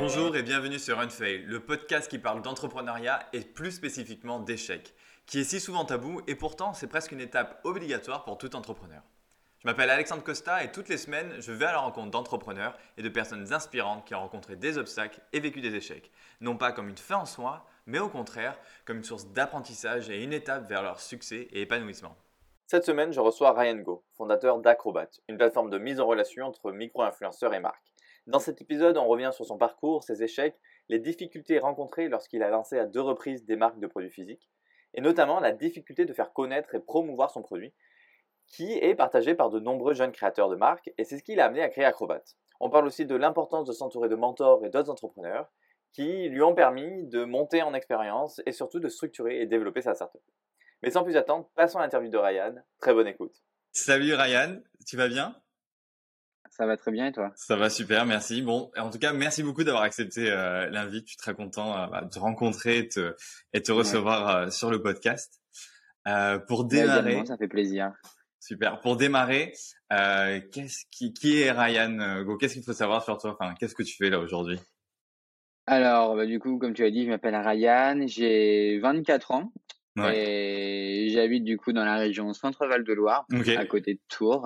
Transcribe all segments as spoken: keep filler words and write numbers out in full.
Bonjour et bienvenue sur Unfail, le podcast qui parle d'entrepreneuriat et plus spécifiquement d'échecs, qui est si souvent tabou et pourtant c'est presque une étape obligatoire pour tout entrepreneur. Je m'appelle Alexandre Costa et toutes les semaines, je vais à la rencontre d'entrepreneurs et de personnes inspirantes qui ont rencontré des obstacles et vécu des échecs, non pas comme une fin en soi, mais au contraire comme une source d'apprentissage et une étape vers leur succès et épanouissement. Cette semaine, je reçois Ryan Go, fondateur d'Acrobat, une plateforme de mise en relation entre micro-influenceurs et marques. Dans cet épisode, on revient sur son parcours, ses échecs, les difficultés rencontrées lorsqu'il a lancé à deux reprises des marques de produits physiques, et notamment la difficulté de faire connaître et promouvoir son produit, qui est partagé par de nombreux jeunes créateurs de marques, et c'est ce qui l'a amené à créer Acrobat. On parle aussi de l'importance de s'entourer de mentors et d'autres entrepreneurs, qui lui ont permis de monter en expérience et surtout de structurer et développer sa startup. Mais sans plus attendre, passons à l'interview de Ryan. Très bonne écoute. Salut Ryan, tu vas bien ? Ça va très bien et toi ? Ça va super, merci. Bon, en tout cas, merci beaucoup d'avoir accepté euh, l'invite. Je suis très content euh, de te rencontrer et te, et te recevoir ouais. euh, sur le podcast. Euh, pour démarrer, également, ça fait plaisir. Super. Pour démarrer, euh, qu'est-ce qui, qui est Ryan Go ? Qu'est-ce qu'il faut savoir sur toi ? Enfin, qu'est-ce que tu fais là aujourd'hui ? Alors, bah, du coup, comme tu as dit, je m'appelle Ryan, j'ai vingt-quatre ans ouais. et j'habite du coup dans la région Centre-Val de Loire, okay. à côté de Tours.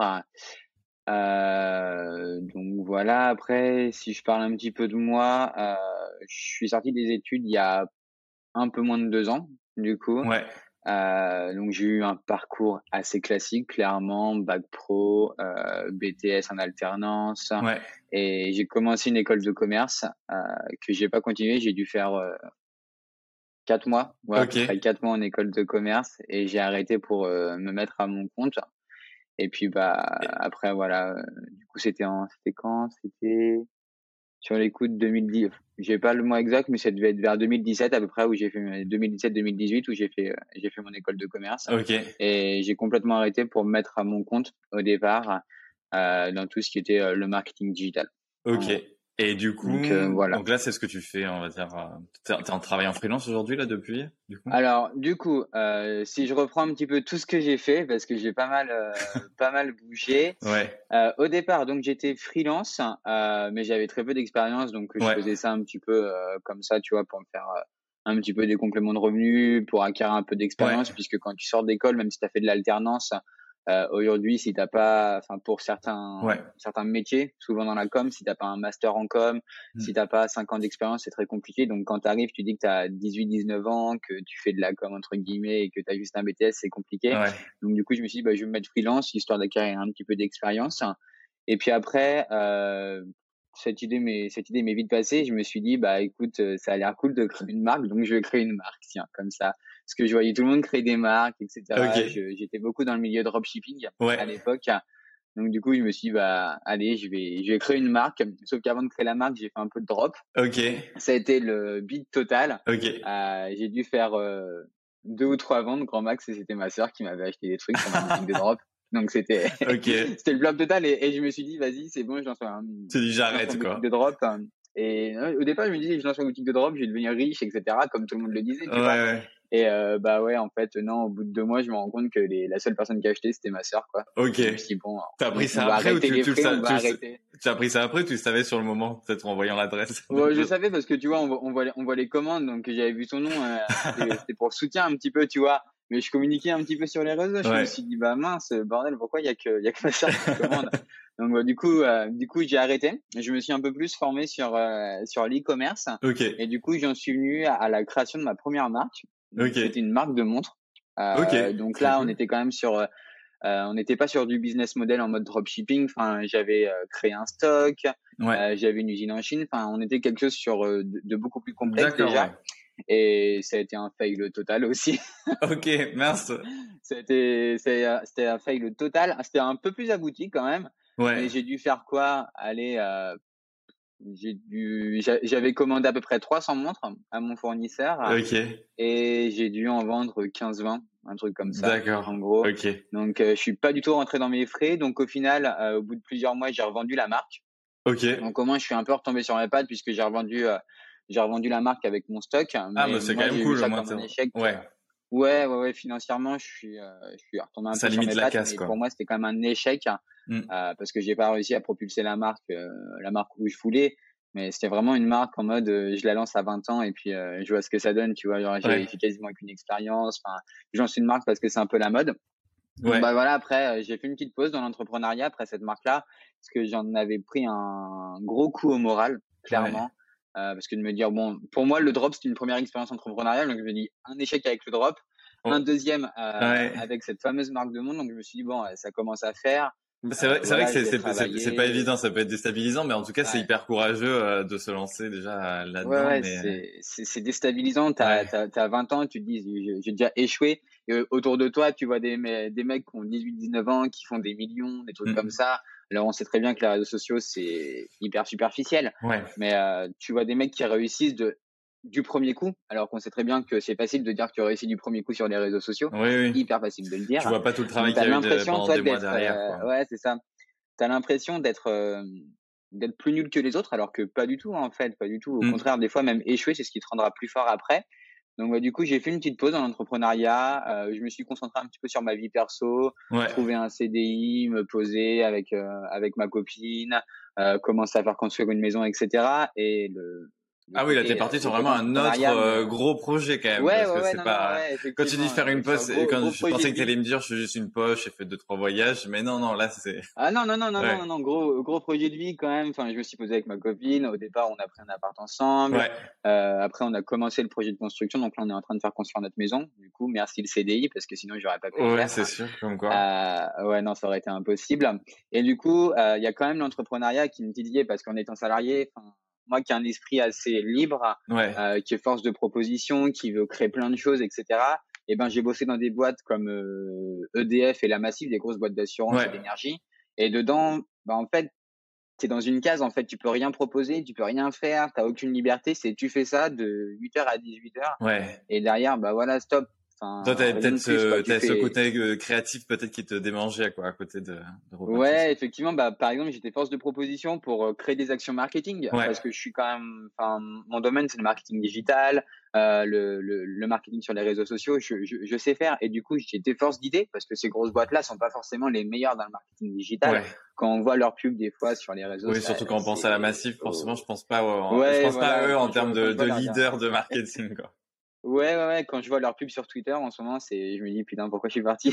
Euh, donc voilà, après, si je parle un petit peu de moi, euh, je suis sorti des études il y a un peu moins de deux ans, du coup. Ouais. Euh, donc j'ai eu un parcours assez classique, clairement, bac pro, euh, B T S en alternance, ouais. et j'ai commencé une école de commerce euh, que j'ai pas continué. J'ai dû faire euh, quatre mois, ouais, okay. à peu près quatre mois en école de commerce, et j'ai arrêté pour euh, me mettre à mon compte. Et puis bah et... après voilà, euh, du coup c'était en c'était quand c'était sur les coups de deux mille dix. J'ai pas le mois exact, mais ça devait être vers deux mille dix-sept à peu près, où j'ai fait deux mille dix-sept deux mille dix-huit, où j'ai fait j'ai fait mon école de commerce. Okay. Et j'ai complètement arrêté pour me mettre à mon compte au départ euh, dans tout ce qui était euh, le marketing digital. Ok. Et du coup, donc, euh, voilà. donc là, c'est ce que tu fais, on va dire. T'es en travail en freelance aujourd'hui là depuis, du coup. Alors, du coup, euh, si je reprends un petit peu tout ce que j'ai fait, parce que j'ai pas mal, euh, pas mal bougé. Ouais. Euh, au départ, donc j'étais freelance, euh, mais j'avais très peu d'expérience, donc je ouais. faisais ça un petit peu euh, comme ça, tu vois, pour me faire euh, un petit peu des compléments de revenus, pour acquérir un peu d'expérience, ouais. puisque quand tu sors d'école, même si tu as fait de l'alternance, euh, aujourd'hui, si t'as pas, enfin pour certains, ouais. certains métiers, souvent dans la com, si t'as pas un master en com, mmh. si t'as pas cinq ans d'expérience, c'est très compliqué. Donc quand t'arrives, tu dis que t'as dix-huit dix-neuf ans, que tu fais de la com entre guillemets et que t'as juste un B T S, c'est compliqué. Ouais. Donc du coup, je me suis dit, bah, je vais me mettre freelance histoire d'acquérir un petit peu d'expérience. Et puis après, euh, cette idée m'est, cette idée m'est vite passée. Je me suis dit, bah écoute, ça a l'air cool de créer une marque, donc je vais créer une marque, tiens, comme ça. Parce que je voyais tout le monde créer des marques, et cetera. Okay. Je, j'étais beaucoup dans le milieu de dropshipping ouais. à l'époque. Donc du coup, je me suis dit, bah allez, je vais, je vais créer une marque. Sauf qu'avant de créer la marque, j'ai fait un peu de drop. Ok. Ça a été le beat total. Ok. Euh, j'ai dû faire euh, deux ou trois ventes, grand max, et c'était ma sœur qui m'avait acheté des trucs sur ma boutique de drop. Donc c'était, okay. c'était le flop total, et, et je me suis dit, vas-y, c'est bon, je lance un, tu dis j'arrête une quoi. boutique de drop. Et euh, au départ, je me disais, je lance une boutique de drop, je vais devenir riche, et cetera. Comme tout le monde le disait, tu ouais, vois. Ouais. Et euh, bah ouais, en fait, non, au bout de deux mois, je me rends compte que les, la seule personne qui a acheté, c'était ma sœur, quoi. Ok. Je me suis dit, bon, t'as appris ça on va après ou arrêter tu, les tu, frais, tu, on va tu, arrêter. Tu as appris ça après ou tu le savais sur le moment, peut-être en voyant l'adresse? Ouais, je savais parce que tu vois, on voit, on voit, les, on voit les commandes, donc j'avais vu son nom, euh, c'était, c'était pour le soutien un petit peu, tu vois. Mais je communiquais un petit peu sur les réseaux. Je ouais. me suis dit, bah mince, bordel, pourquoi il y a que, il y a que ma sœur qui commande. Donc bah, du coup, euh, du coup, j'ai arrêté. Je me suis un peu plus formé sur euh, sur l'e-commerce. Okay. Et du coup, j'en suis venu à, à la création de ma première marque. Okay. C'était une marque de montres. Euh, okay. Donc C'est là, cool. on était quand même sur, euh, on n'était pas sur du business model en mode dropshipping. Enfin, j'avais euh, créé un stock. Ouais. Euh, j'avais une usine en Chine. Enfin, on était quelque chose sur euh, de, de beaucoup plus complexe D'accord, déjà. Ouais. Et ça a été un fail total aussi. Ok, mince. C'était, c'était un fail total. C'était un peu plus abouti quand même. Ouais. Mais j'ai dû faire quoi? Aller, euh, j'ai dû, j'avais commandé à peu près trois cents montres à mon fournisseur. Ok. Et j'ai dû en vendre quinze vingt, un truc comme ça. D'accord. En gros. Ok. Donc, euh, je suis pas du tout rentré dans mes frais. Donc, au final, euh, au bout de plusieurs mois, j'ai revendu la marque. Ok. Donc, au moins, je suis un peu retombé sur mes pattes puisque j'ai revendu, euh, j'ai revendu la marque avec mon stock. Ah, mais bah c'est moi, quand même j'ai cool. vu ça Moi, comme un échec. Ouais. Ouais, ouais, ouais. Financièrement, je suis, euh, je suis retombé un ça peu sur mes limite la pattes. casse, mais quoi. pour moi, c'était quand même un échec. Mm. Euh, parce que j'ai pas réussi à propulser la marque, euh, la marque où je voulais. Mais c'était vraiment une marque en mode, euh, je la lance à vingt ans et puis euh, je vois ce que ça donne, tu vois. Genre, j'ai, Ouais. j'ai quasiment aucune expérience. Enfin, je lance une marque parce que c'est un peu la mode. Donc, Ouais. bah voilà, après, euh, j'ai fait une petite pause dans l'entrepreneuriat après cette marque-là, parce que j'en avais pris un gros coup au moral, Ouais. clairement. Euh, parce que de me dire, bon, pour moi, le drop, c'était une première expérience entrepreneuriale. Donc, je me dis, un échec avec le drop, un Oh. deuxième euh, Ouais. avec cette fameuse marque de monde. Donc, je me suis dit, bon, ça commence à faire. Bah, C'est Euh, vrai, c'est vrai que voilà, je c'est vais c'est c'est c'est pas travailler. évident, ça peut être déstabilisant, mais en tout cas c'est Ouais. hyper courageux euh, de se lancer déjà euh, Ouais, là-dedans. ouais, Mais euh, c'est, c'est, c'est déstabilisant. T'as, ouais. t'as, t'as vingt ans, tu te dis, j'ai j'ai déjà échoué. Et euh, autour de toi, tu vois des, me- des mecs qui ont dix-huit, dix-neuf ans, qui font des millions, des trucs comme Mm. ça. Alors, on sait très bien que les réseaux sociaux, c'est hyper superficiel. Ouais. Mais euh, tu vois des mecs qui réussissent de, du premier coup, alors qu'on sait très bien que c'est facile de dire que tu réussis du premier coup sur les réseaux sociaux. Oui, C'est oui. hyper facile de le Tu dire. vois pas tout le travail Donc, qu'il t'as y a eu de, l'impression, pendant toi, des mois d'être... derrière, euh, quoi. ouais, c'est ça. T'as l'impression d'être euh, d'être plus nul que les autres, alors que pas du tout, en fait, pas du tout. Au Mm. contraire, des fois, même échouer, c'est ce qui te rendra plus fort après. Donc, bah, du coup, j'ai fait une petite pause dans l'entrepreneuriat. Euh, je me suis concentré un petit peu sur ma vie perso, Ouais. trouver un C D I, me poser avec euh, avec ma copine, euh, commencer à faire construire une maison, et cetera. Et le le Ah oui, là t'es côté euh, parti sur le côté vraiment un autre entrepreneuriat euh, me... gros projet quand même, Ouais, parce ouais, que ouais, c'est non, non, pas. ouais, Quand tu dis effectivement, faire euh, une sur poste, gros quand gros je projet pensais de que tu vie. allais me dire je fais juste une poche, j'ai fait deux trois voyages, mais non non là c'est. Ah non, non, non, non, non, Ouais. non, non, gros, gros projet de vie quand même. Enfin, je me suis posé avec ma copine. Au départ, on a pris un appart ensemble. Ouais. Euh, après, on a commencé le projet de construction. Donc là, on est en train de faire construire notre maison. Du coup, merci le C D I parce que sinon, j'aurais pas pu le Ouais, faire. c'est sûr, comme quoi. Euh, ouais, non, ça aurait été impossible. Et du coup, euh, il y a quand même l'entrepreneuriat qui me titillait parce qu'en étant salarié, enfin, moi qui ai un esprit assez libre, Ouais. euh, qui est force de proposition, qui veut créer plein de choses, et cetera. Et ben, j'ai bossé dans des boîtes comme euh, E D F et La Massif, des grosses boîtes d'assurance et Ouais. d'énergie. Et dedans, bah, en fait, t'es dans une case, en fait, tu peux rien proposer, tu peux rien faire, t'as aucune liberté, c'est tu fais ça de huit heures à dix-huit heures. Ouais. Et derrière, bah voilà, stop. Toi, Enfin, t'avais rien peut-être de plus, quoi. ce, Tu t'avais ce fais, côté euh, créatif peut-être qui te démangeait quoi, à côté de, de reprendre tout ouais, ça. effectivement, bah, par exemple, j'étais force de proposition pour euh, créer des actions marketing Ouais. parce que je suis quand même, enfin, mon domaine, c'est le marketing digital, euh, le, le, le marketing sur les réseaux sociaux, je, je, je sais faire. Et du coup, j'étais force d'idée parce que ces grosses boîtes-là sont pas forcément les meilleures dans le marketing digital. Ouais. Quand on voit leurs pubs des fois sur les réseaux, Oui, ça, surtout quand on pense à la c'est, Massif, forcément, oh. je pense pas, au- je Ouais, pense pas à voilà, eux en quand je, termes quand de, je vois de leur, leader de marketing, quoi. ouais, ouais, ouais, quand je vois leurs pubs sur Twitter en ce moment, c'est, je me dis, putain, pourquoi je suis parti?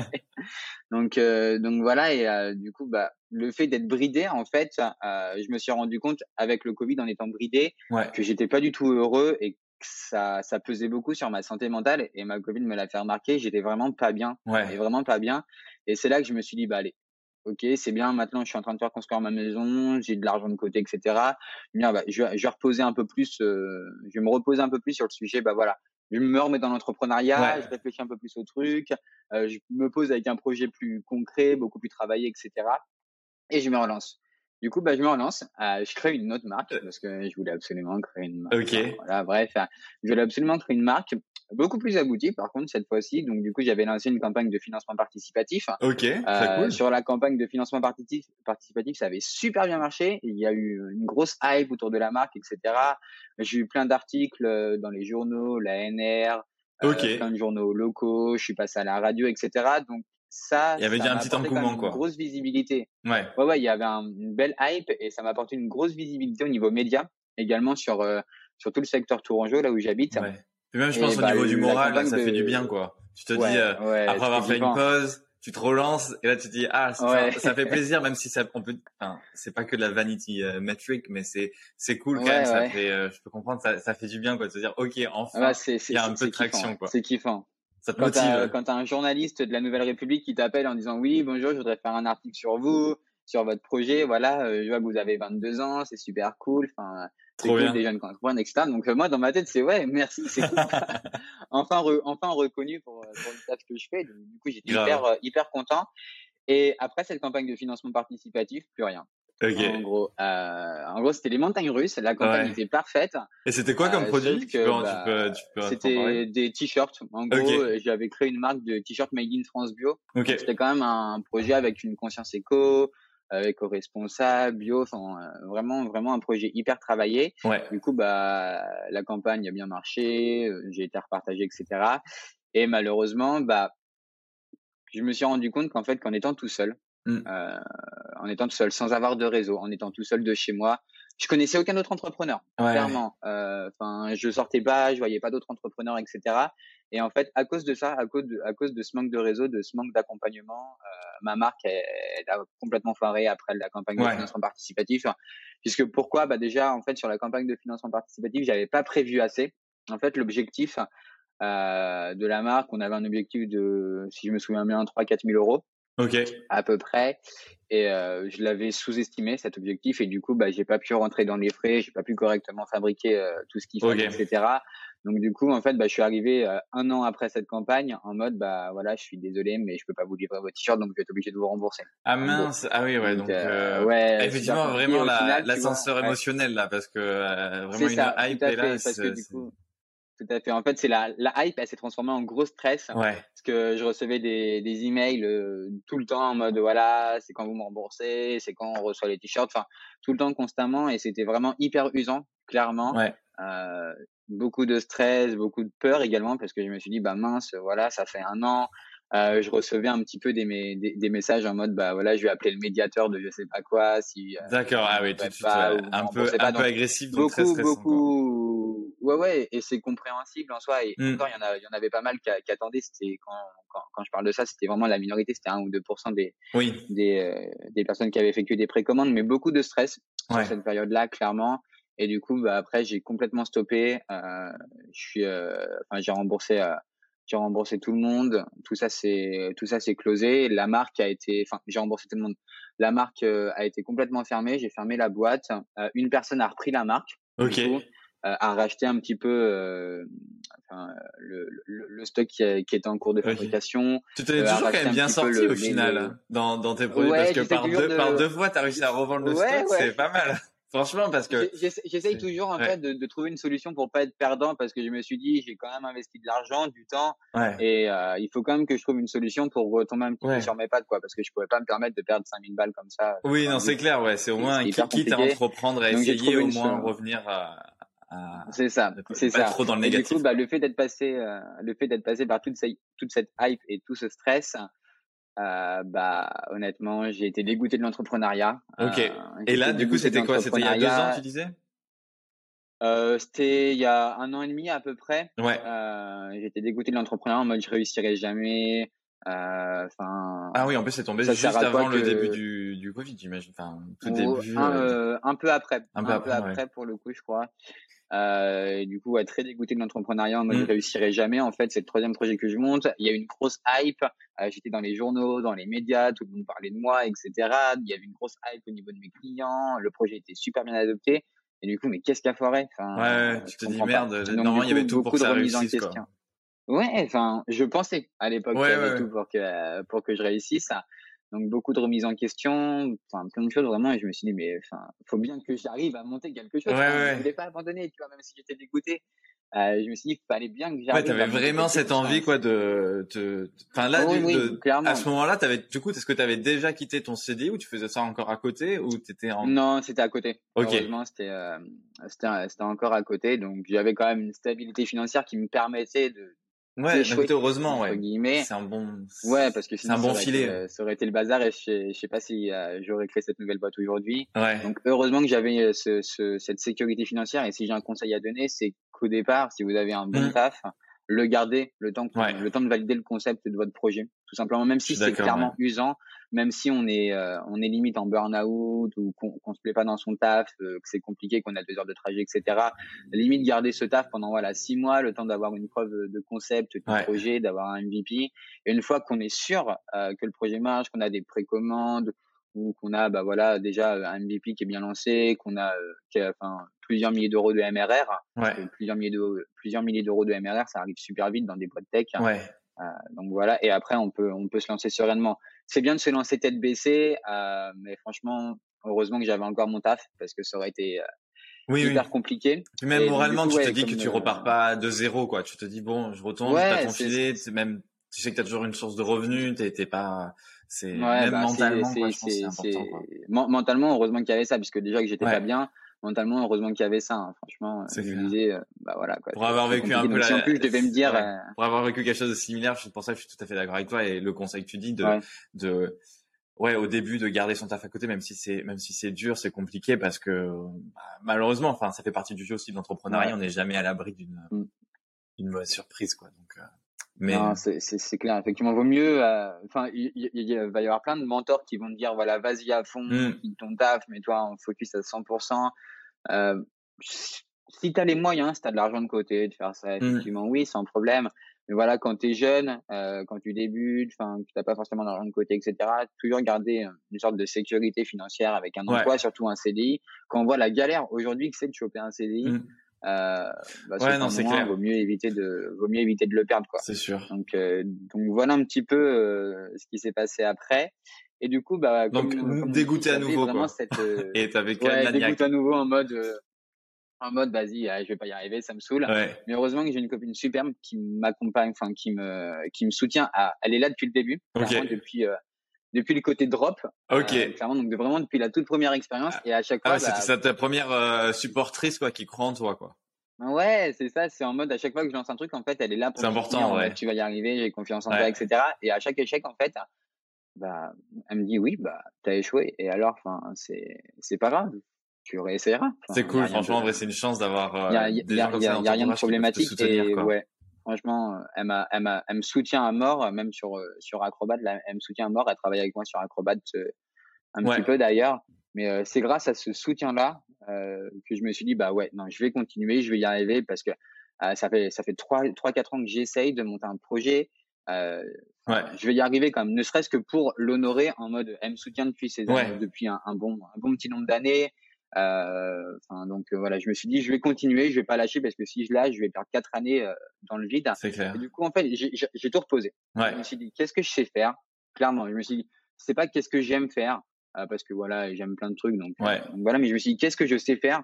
Donc, euh, donc voilà, et euh, du coup, bah, le fait d'être bridé, en fait, euh, je me suis rendu compte avec le Covid, en étant bridé, Ouais. que j'étais pas du tout heureux et que ça, ça pesait beaucoup sur ma santé mentale. Et ma copine me l'a fait remarquer, j'étais vraiment pas bien, mais Ouais. vraiment pas bien. Et c'est là que je me suis dit, bah allez, ok, c'est bien. Maintenant, je suis en train de faire construire ma maison, j'ai de l'argent de côté, et cetera. Bien, bah, je, vais- je vais reposer un peu plus, euh, je vais me reposer un peu plus sur le sujet. Bah voilà, je me remets dans l'entrepreneuriat, je Ouais. réfléchis un peu plus au truc, euh, je me pose avec un projet plus concret, beaucoup plus travaillé, et cetera. Et je me relance. Du coup, bah, je me relance. Euh, je crée une autre marque Euh, parce que je voulais absolument créer une marque. Enfin, Ok. voilà, bref, euh, je voulais absolument créer une marque beaucoup plus aboutie, par contre, cette fois-ci. Donc, du coup, j'avais lancé une campagne de financement participatif. Ok. Très Euh, cool. sur la campagne de financement participatif, participatif, ça avait super bien marché. Il y a eu une grosse hype autour de la marque, et cetera. J'ai eu plein d'articles euh, dans les journaux, la N R, Ok. euh, plein de journaux locaux. Je suis passé à la radio, et cetera. Donc ça, Il y avait ça déjà un m'a petit apporté quand même engouement, une quoi. grosse visibilité. Ouais. Ouais, ouais, il y avait un- une belle hype et ça m'a apporté une grosse visibilité au niveau média, également sur euh, sur tout le secteur tourangeau, là où j'habite. Ouais. Puis même, je Et pense au bah niveau du la moral, campagne ça fait du bien, de, quoi. Tu te dis, ouais, euh, ouais, après c'était avoir fait une kiffant. pause, tu te relances, et là tu te dis, ah, c'est- enfin, Ouais, ça fait plaisir, même si ça, on peut, enfin, c'est pas que de la vanity euh, metric, mais c'est, c'est cool quand même. ouais, Ça ouais. fait, euh, je peux comprendre, ça, ça fait du bien, quoi, de se dire, ok, Ah bah, enfin, c'est il c'est y a c'est un peu de c'est kiffant, ouais. traction, quoi. C'est kiffant. Ça te Quand t'as motive. quand t'as un journaliste de la Nouvelle République qui t'appelle en disant oui, bonjour, je voudrais faire un article sur vous, sur votre projet, voilà, euh, je vois que vous avez vingt-deux ans, c'est super cool, enfin, c'est Trop cool bien. des jeunes qui entreprennent, et cetera. Donc euh, moi dans ma tête c'est ouais, merci, c'est cool, enfin re- enfin reconnu pour euh, pour le taf que je fais. Donc, du coup j'étais hyper Grave. euh, hyper content. Et après cette campagne de financement participatif, plus rien. En Ok. gros, euh, en gros c'était les montagnes russes. La campagne Ouais. était parfaite. Et c'était quoi comme Euh, sauf produit? Tu peux, que en- tu bah peux, tu peux en parler? c'était des t-shirts. En Ok. gros, euh, j'avais créé une marque de t-shirts made in France bio. Ok. Donc c'était quand même un projet avec une conscience éco, euh, éco-responsable, bio, enfin euh, vraiment vraiment un projet hyper travaillé. Ouais. Du coup bah la campagne a bien marché, euh, j'ai été repartagé, et cetera. Et malheureusement bah je me suis rendu compte qu'en fait qu'en étant tout seul, Hmm. euh, en étant tout seul, sans avoir de réseau, en étant tout seul de chez moi, je connaissais aucun autre entrepreneur, Ouais. clairement. Enfin, je sortais pas, je voyais pas d'autres entrepreneurs, et cetera. Et en fait, à cause de ça, à cause de, à cause de ce manque de réseau, de ce manque d'accompagnement, euh, ma marque, elle, elle a complètement foiré après la campagne de Ouais. financement participatif. Puisque pourquoi? Bah déjà, en fait, sur la campagne de financement participatif, j'avais pas prévu assez. En fait, l'objectif euh, de la marque, on avait un objectif de, si je me souviens bien, trois à quatre mille euros. Ok. À peu près. Et euh, je l'avais sous-estimé, cet objectif. Et du coup, bah, j'ai pas pu rentrer dans les frais, j'ai pas pu correctement fabriquer euh, tout ce qu'il fallait, Ok. et cetera. Donc du coup, en fait, bah, je suis arrivé euh, un an après cette campagne en mode, bah voilà, je suis désolé, mais je peux pas vous livrer votre t-shirt, donc je vais être obligé de vous rembourser. Ah En gros. mince, ah oui, ouais, Donc donc euh, euh, ouais, super effectivement, compliqué. Et vraiment au la, final, tu vois, l'ascenseur ouais, émotionnel là, parce que euh, vraiment c'est une ça, tout hype à et là, fait, parce que c'est, du c'est- coup, tout à fait. En fait, c'est la, la hype, elle s'est transformée en gros stress ouais, parce que je recevais des, des emails euh, tout le temps en mode voilà, c'est quand vous me remboursez, c'est quand on reçoit les t-shirts, enfin tout le temps, constamment, et c'était vraiment hyper usant, clairement. ouais, Euh, beaucoup de stress, beaucoup de peur également parce que je me suis dit bah mince, voilà, ça fait un an. Euh, je recevais un petit peu des, des, des messages en mode bah voilà, je vais appeler le médiateur de je sais pas quoi si euh, d'accord, vous ah me oui, tout livrez de suite, pas ouais, ou vous me un peu, remboursez un pas. peu Donc agressif, donc très beaucoup, stressant quoi. beaucoup, ouais, ouais, et c'est compréhensible en soi. Et Hmm. encore, il y en a, il y en avait pas mal qui, qui attendaient. C'était quand, quand, quand je parle de ça, c'était vraiment la minorité. C'était un ou deux pour cent des, Oui, des, euh, des personnes qui avaient effectué des précommandes, mais beaucoup de stress sur ouais, cette période-là, clairement. Et du coup, bah, après, j'ai complètement stoppé. Euh, je suis, euh, enfin, j'ai remboursé, euh, j'ai remboursé tout le monde. Tout ça, c'est, tout ça, c'est closé. La marque a été, enfin, j'ai remboursé tout le monde. La marque euh, a été complètement fermée. J'ai fermé la boîte. Euh, une personne a repris la marque. Du ok. coup, euh, a racheté un petit peu euh, enfin, le, le, le stock qui, a- qui était en cours de Ok. fabrication. Tu t'en es Euh, a toujours quand racheté même un bien petit peu sorti le, au les, final le... hein, dans, dans tes produits parce Ouais, que j'essaie par toujours deux, par de. deux fois, tu as réussi à revendre le Ouais, stock, ouais. c'est pas mal. Franchement, parce que J'ai- j'essa- J'essaye c'est, toujours en ouais, fait de, de trouver une solution pour pas être perdant parce que je me suis dit j'ai quand même investi de l'argent, du temps, ouais, et euh, il faut quand même que je trouve une solution pour retomber un petit peu ouais. sur mes pattes, quoi, parce que je pouvais pas me permettre de perdre cinq mille balles comme ça Oui, sur un non, c'est but. clair, ouais, c'est au C'était moins, c'était qui- hyper quitte à compliqué. entreprendre, à Donc j'ai essayer trouvé au une moins so- revenir à, à, c'est ça, ne pas c'est ne pas être ça. trop dans le Et du coup, négatif, bah quoi. le fait d'être passé, euh, le fait d'être passé par toute cette toute cette hype et tout ce stress, euh, bah honnêtement, j'ai été dégoûté de l'entrepreneuriat. Ok. Euh, Et j'ai été là, du coup, dégoûté de c'était quoi? C'était il y a deux ans, tu l'entrepreneuriat. disais? Euh, c'était il y a un an et demi à peu près. Ouais. Euh, j'étais dégoûté de l'entrepreneuriat en mode je réussirai jamais. Euh, Enfin, Ah oui, en plus, c'est tombé ça sert juste à quoi avant le début que du, du Covid, j'imagine. Enfin, tout ou début, un, euh, euh, un peu après, un peu un peu après, ouais. après pour le coup, je crois. Euh, et du coup, ouais, très dégoûté de l'entrepreneuriat en mode je Hmm. réussirai jamais. En fait, c'est le troisième projet que je monte. Il y a eu une grosse hype. Euh, j'étais dans les journaux, dans les médias, tout le monde parlait de moi, et cetera. Il y avait une grosse hype au niveau de mes clients. Le projet était super bien adopté. Et du coup, mais qu'est-ce qui a foiré? Ouais, Enfin, ouais, je tu te dis comprends pas. merde, Donc normalement, du il y coup, avait tout pour que beaucoup de ça remises en réussisse, quoi. question. Ouais, enfin, je pensais à l'époque qu'il y Ouais, avait ouais, tout pour que pour que je réussisse. Donc beaucoup de remises en question, enfin plein de choses vraiment. Et je me suis dit mais enfin, faut bien que j'arrive à monter quelque ouais, chose quand même. Je ouais. voulais pas abandonner, tu vois, même si j'étais dégoûté. Euh, je me suis dit qu'il fallait bien que Ouais, j'arrive t'avais à monter vraiment quelque cette chose. Enfin, envie, quoi, de, te, enfin, là, oh oui, du, oui, de, à clairement. ce moment-là, t'avais, du coup, est-ce que t'avais déjà quitté ton C D I ou tu faisais ça encore à côté ou t'étais en, Non, c'était à côté. ok. Heureusement, c'était euh, c'était c'était encore à côté. Donc j'avais quand même une stabilité financière qui me permettait de Ouais, d'un côté, d'échouer heureusement, entre ouais. guillemets. C'est un bon, Ouais, parce que c'est sinon un ça bon aurait été, filet. euh, ça aurait été le bazar et je sais, je sais pas si euh, j'aurais créé cette nouvelle boîte aujourd'hui. Ouais. Donc heureusement que j'avais euh, ce, ce, cette sécurité financière, et si j'ai un conseil à donner, c'est qu'au départ, si vous avez un bon Hmm. taf, le garder le temps qu'on, Ouais. le temps de valider le concept de votre projet, tout simplement, même Je si suis c'est d'accord, ouais. clairement usant, même si on est euh, on est limite en burn-out ou qu'on, qu'on se plaît pas dans son taf, euh, que c'est compliqué, qu'on a deux heures de trajet, et cetera. Limite garder ce taf pendant voilà six mois, le temps d'avoir une preuve de concept du Ouais. projet, d'avoir un M V P. Et une fois qu'on est sûr euh, que le projet marche, qu'on a des précommandes ou qu'on a bah voilà déjà un M V P qui est bien lancé, qu'on a, euh, qui a enfin, plusieurs milliers d'euros de M R R, parce Ouais. que plusieurs milliers de plusieurs milliers d'euros de M R R, ça arrive super vite dans des boîtes tech. Ouais. Euh, donc voilà, et après on peut on peut se lancer sereinement. C'est bien de se lancer tête baissée, euh, mais franchement, heureusement que j'avais encore mon taf parce que ça aurait été euh, Oui, oui. hyper compliqué. Puis même Et donc du moralement, coup tu te ouais, dis que comme tu euh, repars pas de zéro, quoi. Tu te dis, bon, je retourne, j'ai pas ouais, ton c'est filet, c'est même, tu sais que t'as toujours une source de revenus, t'es, t'es pas, c'est, ouais, même bah c'est mentalement, quoi, c'est je pense que c'est c'est important, c'est quoi. Men- mentalement heureusement qu'il y avait ça puisque déjà que j'étais pas Ouais. bien, mentalement heureusement qu'il y avait ça. Hein. Franchement, euh, C'est je me clair. disais euh, bah voilà quoi, Pour c'est avoir c'est vécu un compliqué. peu Donc si en la, plus je devais me dire ouais. euh, Pour avoir vécu quelque chose de similaire, c'est pour ça que je suis tout à fait d'accord avec toi et le conseil que tu dis de, ouais, de, ouais, au début de garder son taf à côté, même si c'est, même si c'est dur, c'est compliqué parce que bah, malheureusement, enfin, ça fait partie du jeu aussi de l'entrepreneuriat. Ouais. On n'est jamais à l'abri d'une, Mm. d'une mauvaise surprise, quoi. Donc, euh, mais Non, c'est, c'est, c'est clair. Effectivement, vaut mieux. euh, Enfin, il, il, il va y avoir plein de mentors qui vont te dire, voilà, vas-y à fond, mm, quitte ton taf, mets-toi en focus à cent pour cent. Euh, si tu as les moyens, si tu as de l'argent de côté, de faire ça, mm, effectivement, oui, sans problème. Mais voilà, quand tu es jeune, euh, quand tu débutes, enfin, tu n'as pas forcément d'argent de côté, et cetera, toujours garder euh, une sorte de sécurité financière avec un ouais, emploi, surtout un C D I. Quand on voit la galère aujourd'hui que c'est de choper un C D I, mm. euh, bah, Ouais, saute non, un c'est mois, clair, vaut mieux éviter de, vaut mieux éviter de le perdre, quoi. c'est sûr. Donc, euh, donc voilà un petit peu euh, ce qui s'est passé après. Et du coup, bah, Donc, comme, mm, comme on dit, dégoûté à j'avais nouveau, vraiment quoi. cette, euh, Et t'avais quand même ouais, la dégoût niaque. à nouveau en mode, euh, en mode, vas-y, euh, je vais pas y arriver, ça me saoule. Ouais, Mais heureusement que j'ai une copine superbe qui m'accompagne, enfin, qui me, qui me soutient. À, elle est là depuis le début, ok, clairement, depuis, euh, depuis le côté drop, ok. euh, clairement, donc de, vraiment depuis la toute première expérience. Ah Et à chaque ah ouais, fois, c'était bah, ça ta première euh, supportrice, quoi, qui croit en toi, quoi. ouais, c'est ça, c'est en mode, à chaque fois que je lance un truc, en fait, elle est là pour C'est me soutenir important, en mode, ouais. tu vas y arriver, j'ai confiance en toi, Ouais, et cetera. Et à chaque échec, en fait, bah, elle me dit, oui, bah, t'as échoué. Et alors, enfin, c'est, c'est pas grave. Tu réessayeras. c'est Enfin, il y a cool. rien Franchement, en de, vrai, c'est une chance d'avoir il y euh, a, il des y gens a, comme il y ça a, dans il y ton a rien de entourage qui peuvent te problématique. soutenir, Et quoi. ouais, franchement, elle m'a, elle m'a, elle me soutient à mort, même sur, euh, sur Acrobat. Là, elle me soutient à mort. Elle travaille avec moi sur Acrobat, euh, un Ouais, petit peu d'ailleurs. Mais euh, c'est grâce à ce soutien-là euh, que je me suis dit, bah ouais, non, je vais continuer, je vais y arriver parce que euh, ça fait, ça fait trois, trois, quatre ans que j'essaye de monter un projet. Euh, ouais, je vais y arriver quand même, ne serait-ce que pour l'honorer en mode, elle me soutient depuis ces, ouais. depuis un, un bon, un bon petit nombre d'années. Euh, Enfin, donc euh, voilà, je me suis dit, je vais continuer, je vais pas lâcher parce que si je lâche, je vais perdre quatre années euh, dans le vide. C'est Et clair. du coup, en fait, j'ai, j'ai j'ai tout reposé. Je Ouais, me suis dit, qu'est-ce que je sais faire? Clairement, je me suis dit, c'est pas qu'est-ce que j'aime faire euh, parce que voilà, j'aime plein de trucs, donc, euh, ouais, donc voilà. Mais je me suis dit, qu'est-ce que je sais faire?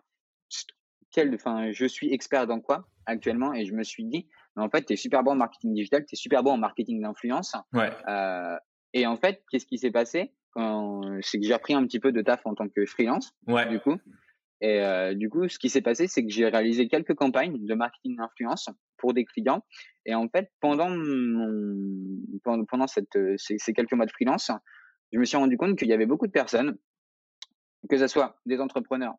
Quel, enfin, je suis expert dans quoi actuellement? Et je me suis dit, mais en fait, tu es super bon en marketing digital, tu es super bon en marketing d'influence. ouais, Euh, et en fait, qu'est-ce qui s'est passé quand c'est que j'ai repris un petit peu de taf en tant que freelance, ouais, du coup. Et euh, du coup, ce qui s'est passé, c'est que j'ai réalisé quelques campagnes de marketing d'influence pour des clients. Et en fait, pendant mon, pendant, pendant cette, ces, ces quelques mois de freelance, je me suis rendu compte qu'il y avait beaucoup de personnes, que ce soit des entrepreneurs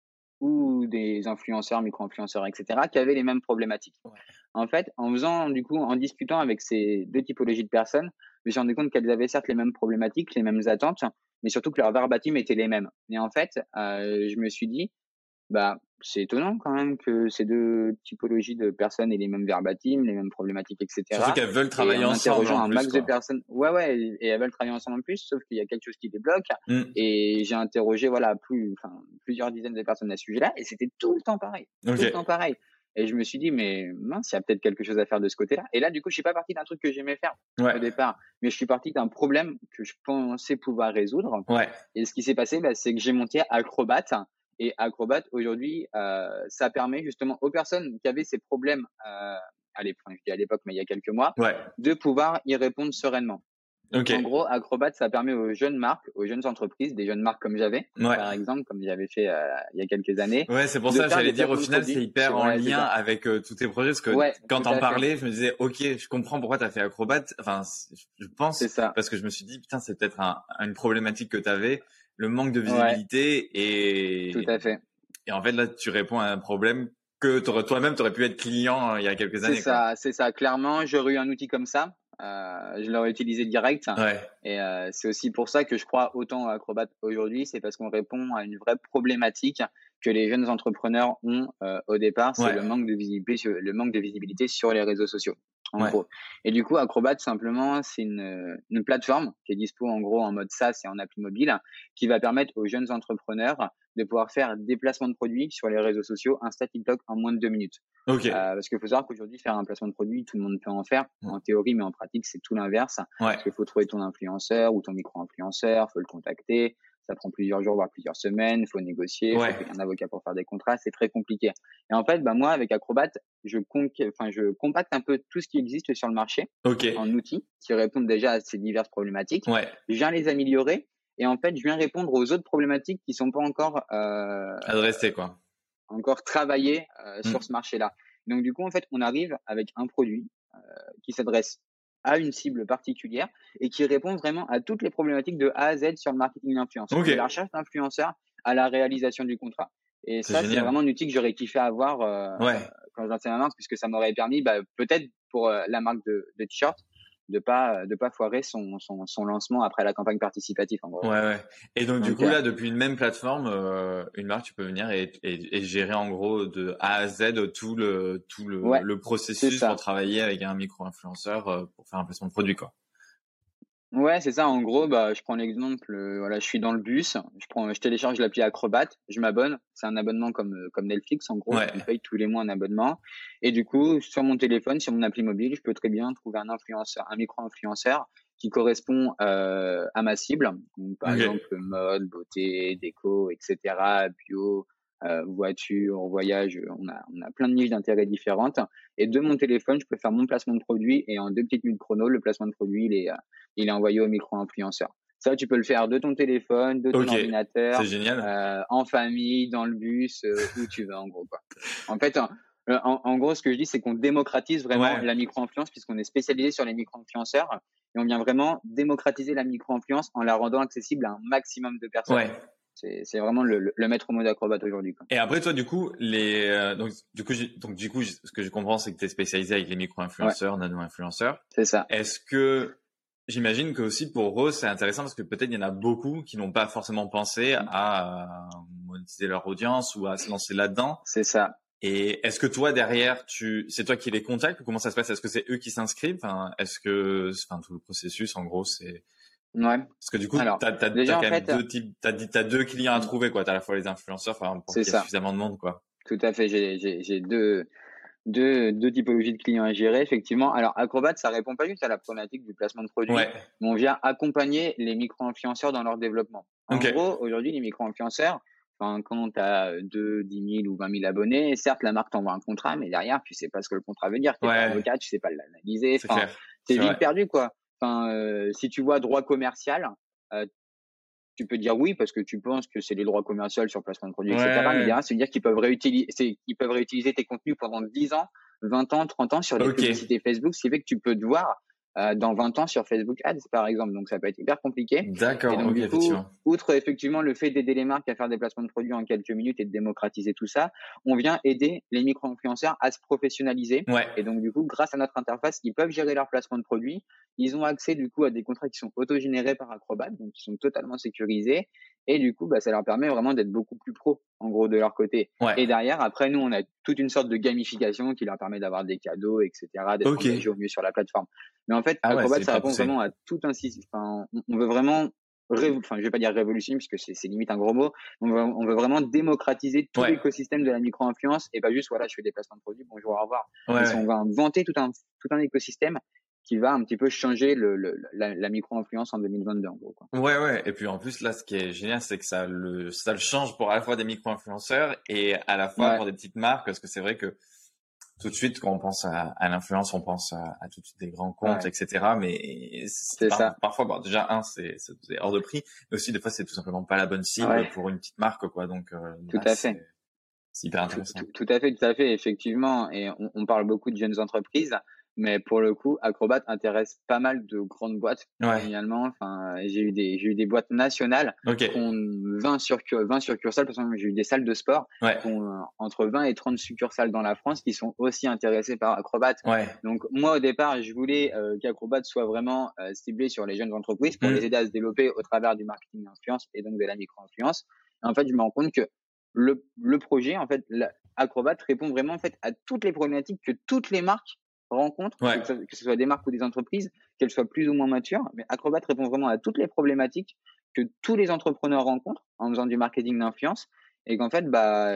ou des influenceurs, micro-influenceurs, et cetera, qui avaient les mêmes problématiques. ouais. En fait, en faisant, du coup, en discutant avec ces deux typologies de personnes, je me suis rendu compte qu'elles avaient certes les mêmes problématiques, les mêmes attentes, mais surtout que leurs verbatim étaient les mêmes. Et en fait, euh, je me suis dit, bah, c'est étonnant quand même que ces deux typologies de personnes aient les mêmes verbatim, les mêmes problématiques, Surtout et cetera. qu'elles veulent Et travailler en ensemble interrogeant en un plus, max de quoi. personnes, ouais, ouais, et et elles veulent travailler ensemble en plus, sauf qu'il y a quelque chose qui les bloque. Mm. Et j'ai interrogé, voilà, plus, enfin, plusieurs dizaines de personnes à ce sujet-là, et c'était tout le temps pareil, Ok. tout le temps pareil. Et je me suis dit, mais mince, il y a peut-être quelque chose à faire de ce côté-là. Et là, du coup, je suis pas parti d'un truc que j'aimais faire Ouais, au départ, mais je suis parti d'un problème que je pensais pouvoir résoudre. ouais, Et ce qui s'est passé, bah, c'est que j'ai monté Acrobat. Et Acrobat, aujourd'hui, euh, ça permet justement aux personnes qui avaient ces problèmes, euh, à l'époque, je dis à l'époque, mais il y a quelques mois, ouais. de pouvoir y répondre sereinement. Ok. En gros, Acrobat, ça permet aux jeunes marques, aux jeunes entreprises, des jeunes marques comme j'avais, Ouais. par exemple, comme j'avais fait euh, il y a quelques années, Ouais, c'est pour de ça, faire j'allais des dire, au placements de final, c'est produits. hyper en Ouais, c'est lien ça. avec euh, tous tes projets, parce que Ouais, quand tout t'en à fait. parlais, je me disais, ok, je comprends pourquoi t'as fait Acrobat. Enfin, c'est- je C'est pense, ça. parce que je me suis dit, putain, c'est peut-être un, une problématique que t'avais, le manque de Ouais, visibilité, tout et, à fait. et en fait, là, tu réponds à un problème que t'aurais- toi-même, t'aurais pu être client euh, il y a quelques C'est années, quoi. ça, c'est ça. Clairement, j'aurais eu un outil comme ça. Euh, je l'aurais utilisé direct. Ouais, Et euh, c'est aussi pour ça que je crois autant à Acrobat aujourd'hui. C'est parce qu'on répond à une vraie problématique que les jeunes entrepreneurs ont euh, au départ. C'est ouais, le manque de visibilité, sur, le manque de visibilité sur les réseaux sociaux, en ouais. gros. Et du coup, Acrobat, simplement, c'est une, une plateforme qui est dispo en gros en mode SaaS et en appli mobile, qui va permettre aux jeunes entrepreneurs de pouvoir faire des placements de produits sur les réseaux sociaux, Insta, TikTok en moins de deux minutes. Ok. Euh, parce qu'il faut savoir qu'aujourd'hui, faire un placement de produit, tout le monde peut en faire en théorie, mais en pratique, c'est tout l'inverse. Ouais, Parce qu'il faut trouver ton influenceur ou ton micro-influenceur, faut le contacter. Ça prend plusieurs jours, voire plusieurs semaines. Faut négocier, faut ouais. payer un avocat pour faire des contrats. C'est très compliqué. Et en fait, bah, moi, avec Acrobat, je, conque- enfin, je compacte un peu tout ce qui existe sur le marché Ok. en outils qui répondent déjà à ces diverses problématiques. Ouais. Je viens les améliorer. Et en fait, je viens répondre aux autres problématiques qui sont pas encore, euh, Adressé, quoi. encore travaillées euh, Mm. sur ce marché-là. Donc, du coup, en fait, on arrive avec un produit euh, qui s'adresse à une cible particulière et qui répond vraiment à toutes les problématiques de A à Z sur le marketing d'influence, Ok, de la recherche d'influenceurs à la réalisation du contrat. Et c'est ça, c'est génial. vraiment un outil que j'aurais kiffé avoir euh, Ouais. quand je lançais ma marque, puisque ça m'aurait permis, bah, peut-être pour euh, la marque de, de t-shirt, de pas de pas foirer son, son, son lancement après la campagne participative, en gros. Ouais, ouais. Et donc, du Donc, coup, euh, là, depuis une même plateforme, euh, une marque, tu peux venir et, et, et gérer en gros de A à Z tout le, tout le, ouais, le c'est processus pour ça. travailler avec un micro-influenceur euh, pour faire un placement de produit, quoi. Ouais, c'est ça. En gros, bah, je prends l'exemple, heu, voilà, je suis dans le bus, je prends je télécharge l'appli Acrobat, je m'abonne. C'est un abonnement comme, heu, comme Netflix, en gros. Ouais. On paye tous les mois un abonnement et du coup, sur mon téléphone, sur mon appli mobile, je peux très bien trouver un influenceur, un micro-influenceur qui correspond, heu, à ma cible. Donc par Ok. exemple, mode, beauté, déco et cetera, bio, heu, voiture, voyage, on a on a plein de niches d'intérêt différentes et de mon téléphone, je peux faire mon placement de produit et en deux petites minutes chrono, le placement de produit, il est, heu il est envoyé au micro-influenceur. Ça, tu peux le faire de ton téléphone, de ton Ok. C'est ordinateur, génial. euh, en famille, dans le bus, euh, où tu veux, en gros, quoi. En fait, en, en, en gros, ce que je dis, c'est qu'on démocratise vraiment Ouais. la micro-influence puisqu'on est spécialisé sur les micro-influenceurs et on vient vraiment démocratiser la micro-influence en la rendant accessible à un maximum de personnes. Ouais. C'est, c'est vraiment le, le, le maître mot d'Acrobat aujourd'hui, quoi. Et après, toi, du coup, les, euh, donc, du coup, j'ai- donc, du coup, j- ce que je comprends, c'est que tu es spécialisé avec les Ouais, micro-influenceurs, nano-influenceurs. c'est ça. Est-ce que, j'imagine que aussi pour eux, c'est intéressant parce que peut-être il y en a beaucoup qui n'ont pas forcément pensé à euh, monétiser leur audience ou à se lancer là-dedans. C'est ça. Et est-ce que toi, derrière, tu, c'est toi qui les contactes ou comment ça se passe? Est-ce que c'est eux qui s'inscrivent? Enfin, est-ce que, enfin, tout le processus, en gros, c'est, Ouais. parce que du coup, Alors, t'as, t'as, t'as déjà, en quand même fait, deux types, t'as dit, t'as deux clients à trouver, quoi. T'as à la fois les influenceurs, enfin, pour c'est qu'il y ait ça. suffisamment de monde, quoi. Tout à fait. J'ai, j'ai, j'ai deux, Deux, deux typologies de clients à gérer, effectivement. Alors, Acrobat, ça répond pas juste à la problématique du placement de produits, Ouais. mais on vient accompagner les micro-influenceurs dans leur développement. En Ok. gros, aujourd'hui, les micro-influenceurs, enfin, quand tu as deux, dix mille ou vingt mille abonnés, certes, la marque t'envoie un contrat, mais derrière, tu sais pas ce que le contrat veut dire. T'es pas Ouais. avocat, tu sais pas l'analyser. C'est Enfin, clair. t'es C'est vite vrai. perdu, quoi. Enfin, euh, si tu vois droit commercial, euh, tu peux dire oui parce que tu penses que c'est les droits commerciaux sur placement de produits, et cetera. Mais Ouais. derrière, c'est dire qu'ils peuvent réutiliser, ils peuvent réutiliser tes contenus pendant dix ans, vingt ans, trente ans sur des Ok. publicités Facebook, ce qui fait que tu peux te voir euh, dans vingt ans sur Facebook Ads, par exemple. Donc, ça peut être hyper compliqué. Et D'accord. donc, Ok, du coup, effectivement. outre effectivement le fait d'aider les marques à faire des placements de produits en quelques minutes et de démocratiser tout ça, on vient aider les micro-influenceurs à se professionnaliser. Ouais. Et donc, du coup, grâce à notre interface, ils peuvent gérer leur placement de produits. Ils ont accès, du coup, à des contrats qui sont autogénérés par Acrobat, donc qui sont totalement sécurisés. Et du coup, bah, ça leur permet vraiment d'être beaucoup plus pro, en gros, de leur côté. Ouais. Et derrière, après, nous, on a toute une sorte de gamification qui leur permet d'avoir des cadeaux, et cetera, d'être Ok. engagés au mieux sur la plateforme. Mais en fait, Ah ouais, Acrobat, c'est ça pas répond poussé. vraiment à tout un système. Enfin, on, on veut vraiment, révo- enfin, je vais pas dire révolutionner puisque c'est, c'est limite un gros mot. On veut, on veut vraiment démocratiser tout Ouais. l'écosystème de la micro-influence et pas juste, voilà, je fais des placements de produits, bonjour, au revoir. Ouais. Mais si Ouais. on va inventer tout un, tout un écosystème qui va un petit peu changer le, le, la, la micro-influence en deux mille vingt-deux, en gros, quoi. Ouais, ouais. Et puis en plus, là, ce qui est génial, c'est que ça le, ça le change pour à la fois des micro-influenceurs et à la fois Ouais, pour des petites marques, parce que c'est vrai que tout de suite, quand on pense à, à l'influence, on pense à, à tout de suite des grands comptes, ouais, et cetera. Mais c'est c'est par, ça. parfois, bon, déjà, un, c'est, c'est c'est hors de prix, mais aussi, des fois, c'est tout simplement pas la bonne cible Ouais, pour une petite marque, quoi. Donc, euh, tout là, à fait. c'est, c'est hyper Tout, intéressant. tout, tout à fait, tout à fait, effectivement. Et on, on parle beaucoup de jeunes entreprises, mais pour le coup, Acrobat intéresse pas mal de grandes boîtes Ouais. finalement. Enfin, j'ai eu des, j'ai eu des boîtes nationales Ok. qui ont vingt, surcu- vingt succursales. Par exemple, j'ai eu des salles de sport Ouais. qui ont euh, entre vingt et trente succursales dans la France qui sont aussi intéressées par Acrobat. Ouais. Donc moi, au départ, je voulais euh, qu'Acrobat soit vraiment euh, ciblé sur les jeunes entreprises pour les Hmm. aider à se développer au travers du marketing d'influence et donc de la micro-influence. Et en fait, je me rends compte que le, le projet, en fait, la, Acrobat répond vraiment en fait à toutes les problématiques que toutes les marques rencontrent, Ouais. que, ce, que ce soit des marques ou des entreprises, qu'elles soient plus ou moins matures. Mais Acrobat répond vraiment à toutes les problématiques que tous les entrepreneurs rencontrent en faisant du marketing d'influence et qu'en fait, bah,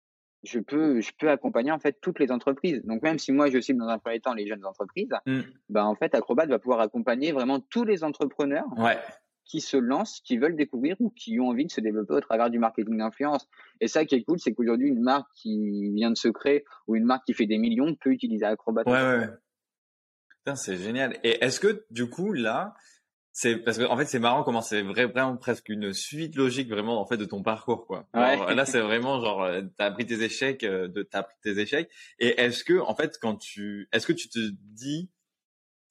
je peux, je peux accompagner en fait toutes les entreprises. Donc même si moi je cible dans un premier temps les jeunes entreprises, Hmm. bah en fait Acrobat va pouvoir accompagner vraiment tous les entrepreneurs Ouais. qui se lancent, qui veulent découvrir ou qui ont envie de se développer au travers du marketing d'influence. Et ça qui est cool, c'est qu'aujourd'hui, une marque qui vient de se créer ou une marque qui fait des millions peut utiliser Acrobat Ouais, aujourd'hui. ouais. Putain, c'est génial. Et est-ce que, du coup, là, c'est parce que en fait c'est marrant comment c'est vrai, vraiment presque une suite logique vraiment en fait de ton parcours quoi. Ouais, Genre là c'est vraiment genre euh, t'as appris tes échecs euh, de t'as appris tes échecs et est-ce que en fait quand tu est-ce que tu te dis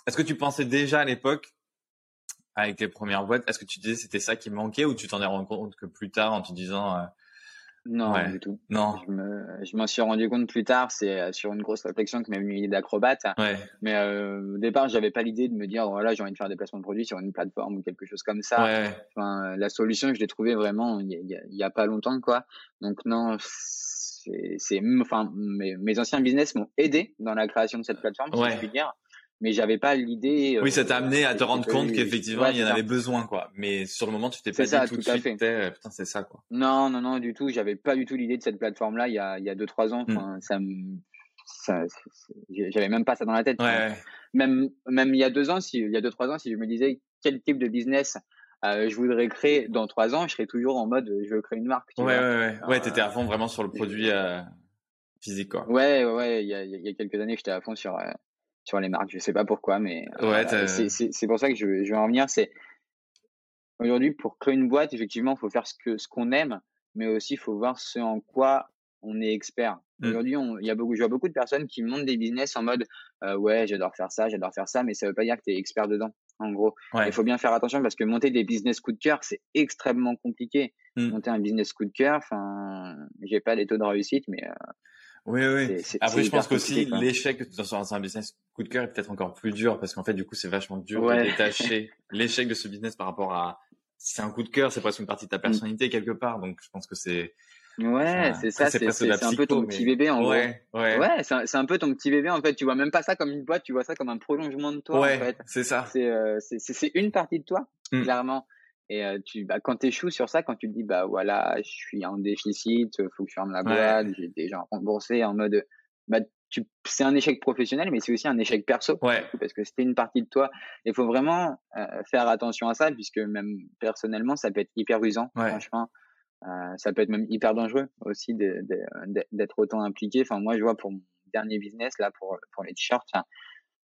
est-ce que tu pensais déjà à l'époque, avec les premières boîtes, est-ce que tu disais c'était ça qui manquait ou tu t'en es rendu compte que plus tard en te disant euh, Non, ouais, du tout. non, Je me, je m'en suis rendu compte plus tard. C'est euh, sur une grosse réflexion que m'est venue l'idée d'Acrobat. ouais, Mais euh, au départ, j'avais pas l'idée de me dire voilà, j'ai envie de faire des placements de produits sur une plateforme ou quelque chose comme ça. ouais, Enfin, la solution, je l'ai trouvée vraiment il y a, il y a, il y a pas longtemps, quoi. Donc non, c'est, c'est, enfin, mes, mes anciens business m'ont aidé dans la création de cette plateforme, si je puis ouais. dire. Mais j'avais pas l'idée. Oui, ça t'a Euh, amené à j'ai, te j'ai rendre pas compte eu. qu'effectivement Ouais, il y c'est en ça. avait besoin, quoi. Mais sur le moment, tu t'es C'est pas dit ça, tout tout de à suite, fait. t'es, putain, c'est ça, quoi. Non, non, non, du tout. J'avais pas du tout l'idée de cette plateforme-là il y a, il y a deux, trois ans. Hmm. Enfin, ça me, ça, c'est- c'est- j'avais même pas ça dans la tête. Ouais, Enfin, ouais, même, même il y a deux ans, si, il y a deux, trois ans, si je me disais quel type de business euh, je voudrais créer dans trois ans, je serais toujours en mode je veux créer une marque, tu ouais, ouais, vois. ouais, ouais, t'étais Euh, à fond vraiment sur le je- produit euh, physique, quoi. ouais, ouais, ouais, il y a, il y a quelques années, j'étais à fond sur, euh, sur les marques. Je sais pas pourquoi, mais euh, Ouais, voilà. Et t'as- c'est, c'est, c'est pour ça que je, je veux en venir. C'est aujourd'hui, pour créer une boîte, effectivement, il faut faire ce que ce qu'on aime, mais aussi il faut voir ce en quoi on est expert. hmm. Aujourd'hui, on, il y a beaucoup, je vois beaucoup de personnes qui montent des business en mode euh, ouais, j'adore faire ça, j'adore faire ça, mais ça veut pas dire que tu es expert dedans. En gros, il Ouais. faut bien faire attention parce que monter des business coup de cœur, c'est extrêmement compliqué. Hmm. Monter un business coup de cœur, enfin, j'ai pas les taux de réussite, mais euh, Oui, oui. c'est c'est c'est Après, je pense hyper qu'aussi, compliqué, quoi. l'échec dans un business coup de cœur est peut-être encore plus dur parce qu'en fait, du coup, c'est vachement dur de Ouais. détacher l'échec de ce business par rapport à si c'est un coup de cœur, c'est presque une partie de ta personnalité quelque part. Donc, je pense que c'est, Ouais, enfin, c'est après, ça, c'est c'est presque de c'est la c'est un peu ton psycho, petit mais bébé en gros. ouais, ouais, Ouais, c'est un, c'est un peu ton petit bébé en fait. Tu vois même pas ça comme une boîte, tu vois ça comme un prolongement de toi en ouais, fait. c'est ça. C'est euh, c'est c'est c'est une partie de toi Hmm. clairement. Et euh, tu bah quand t'échoues sur ça, quand tu te dis bah voilà, je suis en déficit, faut que je ferme la boîte, Ouais, j'ai déjà remboursé en mode bah tu c'est un échec professionnel, mais c'est aussi un échec perso ouais, du coup parce que c'était une partie de toi. Il faut vraiment euh, faire attention à ça puisque même personnellement ça peut être hyper usant, ouais. franchement. Euh, ça peut être même hyper dangereux aussi de, de, de, d'être autant impliqué. Enfin, moi, je vois pour mon dernier business, là, pour, pour les t-shirts, hein, euh,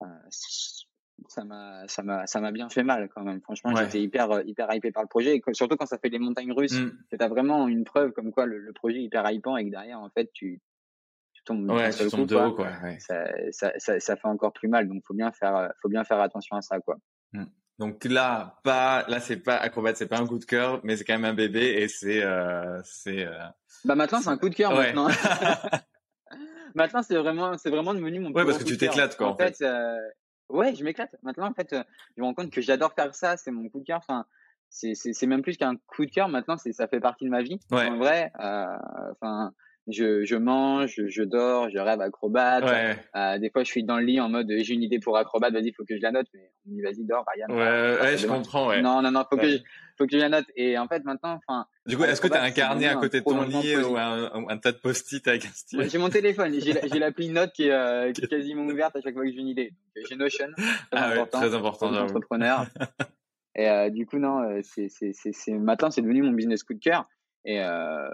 ça m'a, ça m'a, ça m'a bien fait mal quand même. Franchement, Ouais. j'étais hyper, euh, hyper hypé par le projet. Et que- surtout quand ça fait les montagnes russes, Hmm. que t'as vraiment une preuve comme quoi le, le projet est hyper hypant et que derrière, en fait, tu, tu tombes d'un Ouais, tu seul tombes coup, de haut, quoi. quoi. Ouais. Ça, ça, ça, ça fait encore plus mal. Donc, faut bien faire, euh, faut bien faire attention à ça, quoi. Hmm. Donc là, pas, là, c'est pas Acrobat, c'est pas un coup de cœur, mais c'est quand même un bébé et c'est, euh, c'est, euh, Bah, maintenant, c'est c'est- un coup de cœur, ouais. maintenant. Maintenant, c'est vraiment, c'est vraiment devenu mon Ouais, plus parce gros que coup tu de cœur. t'éclates, quoi, En en fait. fait, euh, ouais, je m'éclate. Maintenant, en fait, euh, je me rends compte que j'adore faire ça. C'est mon coup de cœur. Enfin, c'est, c'est, c'est même plus qu'un coup de cœur. Maintenant, c'est, ça fait partie de ma vie. Ouais, En vrai, euh, enfin, je, je mange, je, je dors, je rêve acrobate. ouais, Euh, des fois, je suis dans le lit en mode, j'ai une idée pour acrobate. Vas-y, faut que je la note. Mais on me dit, vas-y, dors, Ryan, ouais, on va, on va faire ouais, ça je demain. comprends, ouais. Non, non, non, faut que Ouais. je, faut que je la note. Et en fait, maintenant, enfin, Du coup, est-ce que tu as acrobate, un c'est carnet devenu à un côté de ton prolongement lit ou positif. un, un tas de post-it avec un stylo? J'ai mon téléphone, j'ai la, j'ai l'appli Note qui est, euh, qui est quasiment ouverte à chaque fois que j'ai une idée. Donc, j'ai Notion, très Ah ouais, important très pour important, les j'avoue. entrepreneurs. Et euh, du coup, non, euh, c'est, c'est, c'est, c'est, maintenant, c'est devenu mon business coup de cœur. Et euh,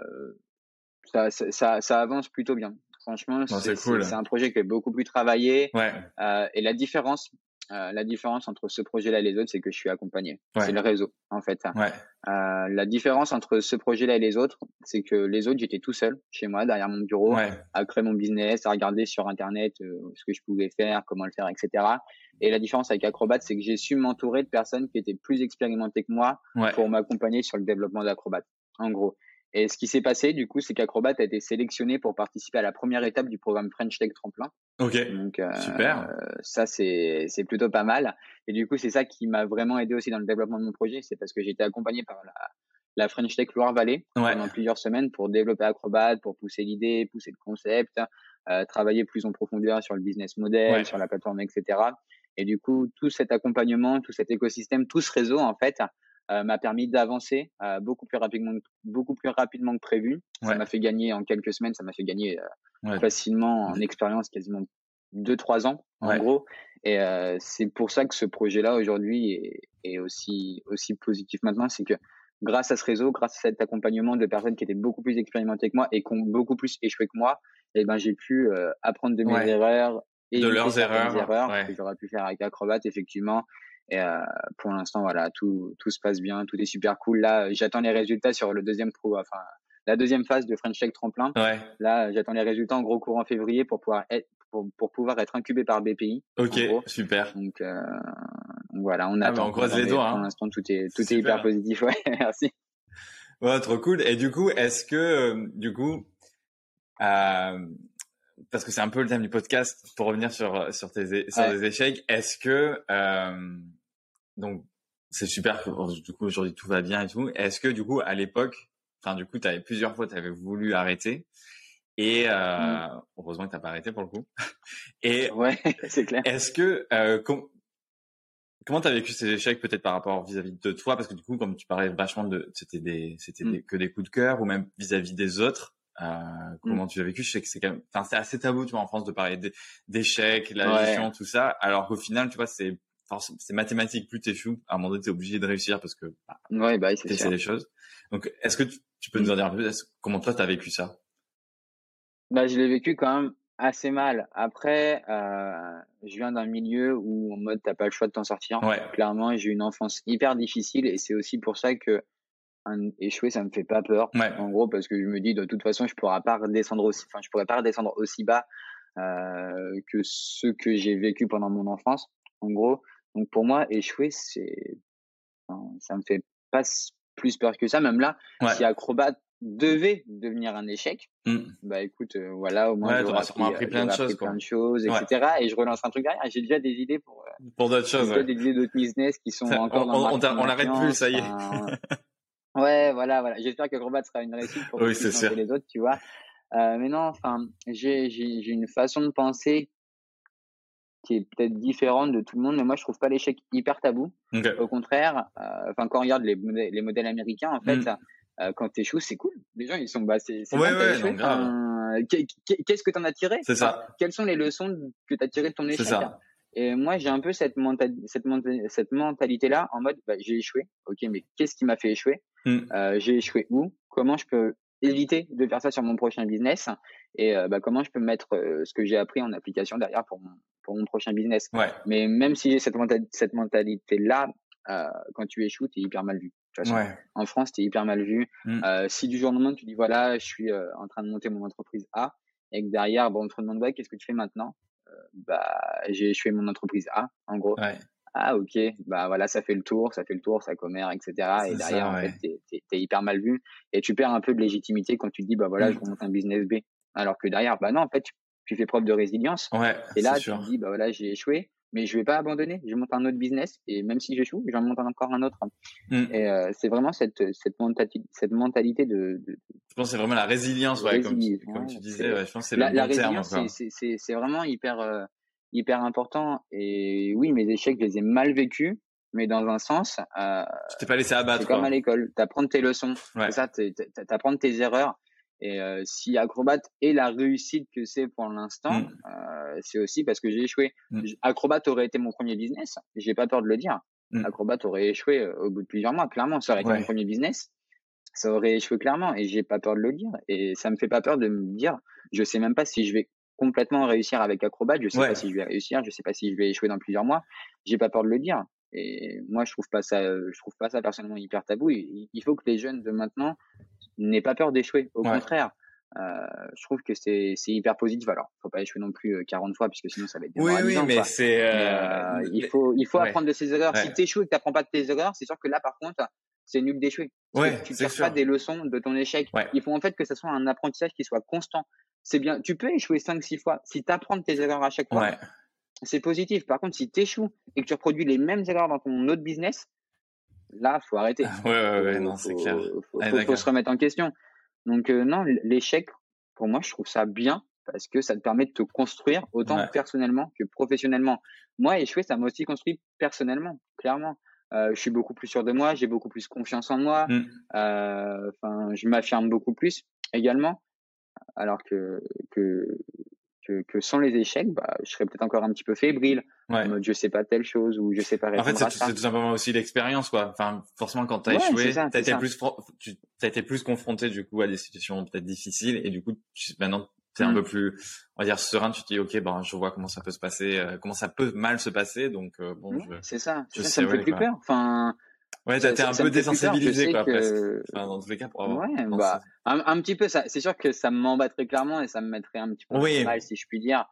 ça, ça, ça, ça avance plutôt bien. Franchement, Bon, c'est, c'est c'est, cool. c'est un projet qui est beaucoup plus travaillé. Ouais, Euh, et la différence, euh, la différence entre ce projet-là et les autres, c'est que je suis accompagné. C'est ouais, le réseau, en fait. ouais, Euh, la différence entre ce projet-là et les autres, c'est que les autres, j'étais tout seul chez moi, derrière mon bureau, ouais, à créer mon business, à regarder sur Internet euh, ce que je pouvais faire, comment le faire, et cetera. Et la différence avec Acrobat, c'est que j'ai su m'entourer de personnes qui étaient plus expérimentées que moi ouais. pour m'accompagner sur le développement d'Acrobat, en gros. Et ce qui s'est passé, du coup, c'est qu'Acrobat a été sélectionné pour participer à la première étape du programme French Tech Tremplin. Ok, Donc euh, super. ça, c'est c'est plutôt pas mal. Et du coup, c'est ça qui m'a vraiment aidé aussi dans le développement de mon projet. C'est parce que j'ai été accompagné par la, la French Tech Loire-Vallée Ouais, pendant plusieurs semaines pour développer Acrobat, pour pousser l'idée, pousser le concept, euh, travailler plus en profondeur sur le business model, ouais, sur la plateforme, et cetera. Et du coup, tout cet accompagnement, tout cet écosystème, tout ce réseau, en fait, euh, m'a permis d'avancer euh, beaucoup plus rapidement, beaucoup plus rapidement que prévu. Ça ouais, m'a fait gagner en quelques semaines, ça m'a fait gagner euh, ouais, facilement en expérience quasiment deux trois ans en ouais. gros. Et euh, c'est pour ça que ce projet-là aujourd'hui est, est aussi aussi positif maintenant, c'est que grâce à ce réseau, grâce à cet accompagnement de personnes qui étaient beaucoup plus expérimentées que moi et qui ont beaucoup plus échoué que moi, et ben j'ai pu euh, apprendre de mes Ouais. erreurs, De éviter leurs certaines erreurs, erreurs ouais. que j'aurais pu faire avec Acrobat effectivement. Et euh, pour l'instant voilà, tout tout se passe bien, tout est super cool. Là, j'attends les résultats sur le deuxième pro, enfin la deuxième phase de French Tech Tremplin. Ouais, Là, j'attends les résultats en gros courant février pour pouvoir être, pour, pour pouvoir être incubé par B P I. Ok, super. Donc, euh, donc voilà, on ah attend. Bah on croise les doigts. Pour hein. l'instant, tout est tout super. est hyper positif. Ouais, merci. Ouais, trop cool. Et du coup, est-ce que euh, du coup, euh, parce que c'est un peu le thème du podcast, pour revenir sur sur tes sur ouais. les échecs, est-ce que euh, donc c'est super que du coup aujourd'hui tout va bien et tout. Est-ce que du coup à l'époque, enfin du coup tu avais plusieurs fois tu avais voulu arrêter et euh, mmh. heureusement que t'as pas arrêté pour le coup. Et ouais, c'est clair. Est-ce que euh, com- comment t'as vécu ces échecs peut-être par rapport vis-à-vis de toi, parce que du coup comme tu parlais vachement de c'était des c'était mmh. des, que des coups de cœur, ou même vis-à-vis des autres. Euh, comment mmh. tu l'as vécu? Je sais que c'est quand même, enfin c'est assez tabou tu vois en France de parler d'échecs, la ouais. gestion, tout ça, alors qu'au final tu vois c'est Enfin, c'est mathématique, plus t'échoues, à un moment donné, t'es obligé de réussir parce que bah, ouais, bah, c'est t'essaies les choses. Donc, est-ce que tu, tu peux mmh. nous en dire un peu plus? Comment toi, t'as vécu ça? Bah, je l'ai vécu quand même assez mal. Après, euh, je viens d'un milieu où, en mode, t'as pas le choix de t'en sortir. Ouais. Clairement, j'ai eu une enfance hyper difficile et c'est aussi pour ça que un, échouer, ça me fait pas peur. Ouais. En gros, parce que je me dis, de toute façon, je pourrais pas redescendre aussi, enfin, je pourrais pas redescendre aussi bas euh, que ce que j'ai vécu pendant mon enfance. En gros. Donc pour moi, échouer, c'est, enfin, ça me fait pas plus peur que ça. Même là, ouais. si Acrobat devait devenir un échec, mm. bah écoute, euh, voilà, au moins ouais, j'aurais appris, appris plein de appris choses, plein quoi. de choses, et cetera. Ouais. Et je relancerai un truc derrière. J'ai déjà des idées pour euh, pour d'autres choses, ouais. des idées d'autres business qui sont ça, encore on, dans on, ma on l'arrête plus, ça y est. Enfin, ouais, voilà, voilà. J'espère qu'Acrobat sera une réussite pour oui, que puisse lancer les autres, tu vois. Euh, mais non, enfin, j'ai j'ai j'ai une façon de penser qui est peut-être différente de tout le monde, mais moi je trouve pas l'échec hyper tabou. Okay. Au contraire, enfin euh, quand on regarde les modèles, les modèles américains, en fait, mm. euh, quand t'échoues, c'est cool. Les gens ils sont bah c'est c'est ouais, bon, ouais, échoué. Non, grave. Qu'est-ce que t'en as tiré? C'est ça. Enfin, quelles sont les leçons que t'as tirées de ton échec? C'est ça. Et moi j'ai un peu cette mentali cette, mentali cette mentalité là en mode bah, j'ai échoué. Ok, mais qu'est-ce qui m'a fait échouer? mm. euh, J'ai échoué où? Comment je peux éviter de faire ça sur mon prochain business, et euh, bah, comment je peux mettre euh, ce que j'ai appris en application derrière pour mon, pour mon prochain business. Ouais. Mais même si j'ai cette, mentali cette mentalité-là, euh, quand tu échoues, t'es hyper mal vu. De toute façon. Ouais. En France, t'es hyper mal vu. Mm. Euh, si du jour au lendemain, tu dis voilà, je suis euh, en train de monter mon entreprise A, et que derrière, bon, on te demande ouais, qu'est-ce que tu fais maintenant? euh, Bah, j'ai échoué mon entreprise A, en gros. Ouais. Ah ok, bah voilà, ça fait le tour, ça fait le tour, ça commère, et cetera. Et derrière, ça, ouais. en fait, t'es, t'es, t'es hyper mal vu et tu perds un peu de légitimité quand tu te dis bah voilà, mmh. je remonte un business B. Alors que derrière, bah non, en fait, tu, tu fais preuve de résilience. Ouais, et là, tu sûr. te dis bah voilà, j'ai échoué, mais je vais pas abandonner. Je monte un autre business et même si j'échoue, j'en monte encore un autre. Mmh. Et euh, c'est vraiment cette cette mentalité, cette mentalité de, de. Je pense que c'est vraiment la résilience, ouais, comme tu, comme tu disais. Ouais, je pense que c'est la, le la bon résilience, terme. C'est, c'est, c'est vraiment hyper. Euh, hyper important. Et oui, mes échecs, je les ai mal vécus, mais dans un sens, euh, tu t'es pas laissé abattre. C'est comme quoi. à l'école, t'apprends tes leçons, ouais. c'est ça, t'apprends tes erreurs. Et euh, si Acrobat est la réussite que c'est pour l'instant, mm. euh, c'est aussi parce que j'ai échoué. Mm. Acrobat aurait été mon premier business, j'ai pas peur de le dire. Mm. Acrobat aurait échoué euh, au bout de plusieurs mois, clairement, ça aurait été ouais. mon premier business. Ça aurait échoué clairement et j'ai pas peur de le dire. Et ça me fait pas peur de me dire, je sais même pas si je vais complètement réussir avec Acrobat, je sais ouais. pas si je vais réussir, je sais pas si je vais échouer dans plusieurs mois, j'ai pas peur de le dire. Et moi je trouve pas ça je trouve pas ça personnellement hyper tabou. Il faut que les jeunes de maintenant n'aient pas peur d'échouer, au ouais. contraire. Euh, je trouve que c'est c'est hyper positif. Alors, faut pas échouer non plus quarante fois puisque sinon ça va être démoralisant. Oui oui, mais quoi. c'est euh... mais, euh, il faut il faut ouais. apprendre de ses erreurs. Ouais. Si t'échoues et que t'apprends pas de tes erreurs, c'est sûr que là par contre c'est nul d'échouer. Ouais, tu tires pas des leçons de ton échec. Ouais. Il faut en fait que ça soit un apprentissage qui soit constant. C'est bien. Tu peux échouer cinq six fois. Si tu apprends de tes erreurs à chaque fois, ouais. c'est positif. Par contre, si tu échoues et que tu reproduis les mêmes erreurs dans ton autre business, là, faut arrêter. Ouais, ouais, ouais, faut, non, c'est clair. Faut, faut, ah, faut, faut se remettre en question. Donc, euh, non, l'échec, pour moi, je trouve ça bien parce que ça te permet de te construire autant ouais. personnellement que professionnellement. Moi, échouer, ça m'a aussi construit personnellement, clairement. Euh, je suis beaucoup plus sûr de moi, j'ai beaucoup plus confiance en moi. Enfin, mm. euh, je m'affirme beaucoup plus également. Alors que que que, que sans les échecs, bah, je serais peut-être encore un petit peu fébrile. Ouais. En mode, je sais pas telle chose ou je sais pas répondre en fait, à ça. C'est tout simplement aussi l'expérience, quoi. Enfin, forcément, quand t'as ouais, échoué, ça, t'as été ça. plus, tu t'as été plus confronté du coup à des situations peut-être difficiles et du coup, tu, maintenant, t'es mm. un peu plus, on va dire, serein. Tu te dis, ok, ben, je vois comment ça peut se passer, euh, comment ça peut mal se passer. Donc, euh, bon, ouais, je. C'est ça. Je ça, sais, ça me fait ouais, plus quoi. peur. Enfin. Ouais, t'as été un peu désensibilisé, quoi, que... presque. Enfin, dans tous les cas, pour avoir. Ouais, bah, un, un petit peu, ça, c'est sûr que ça m'embattrait clairement et ça me mettrait un petit peu oui. mal, si je puis dire.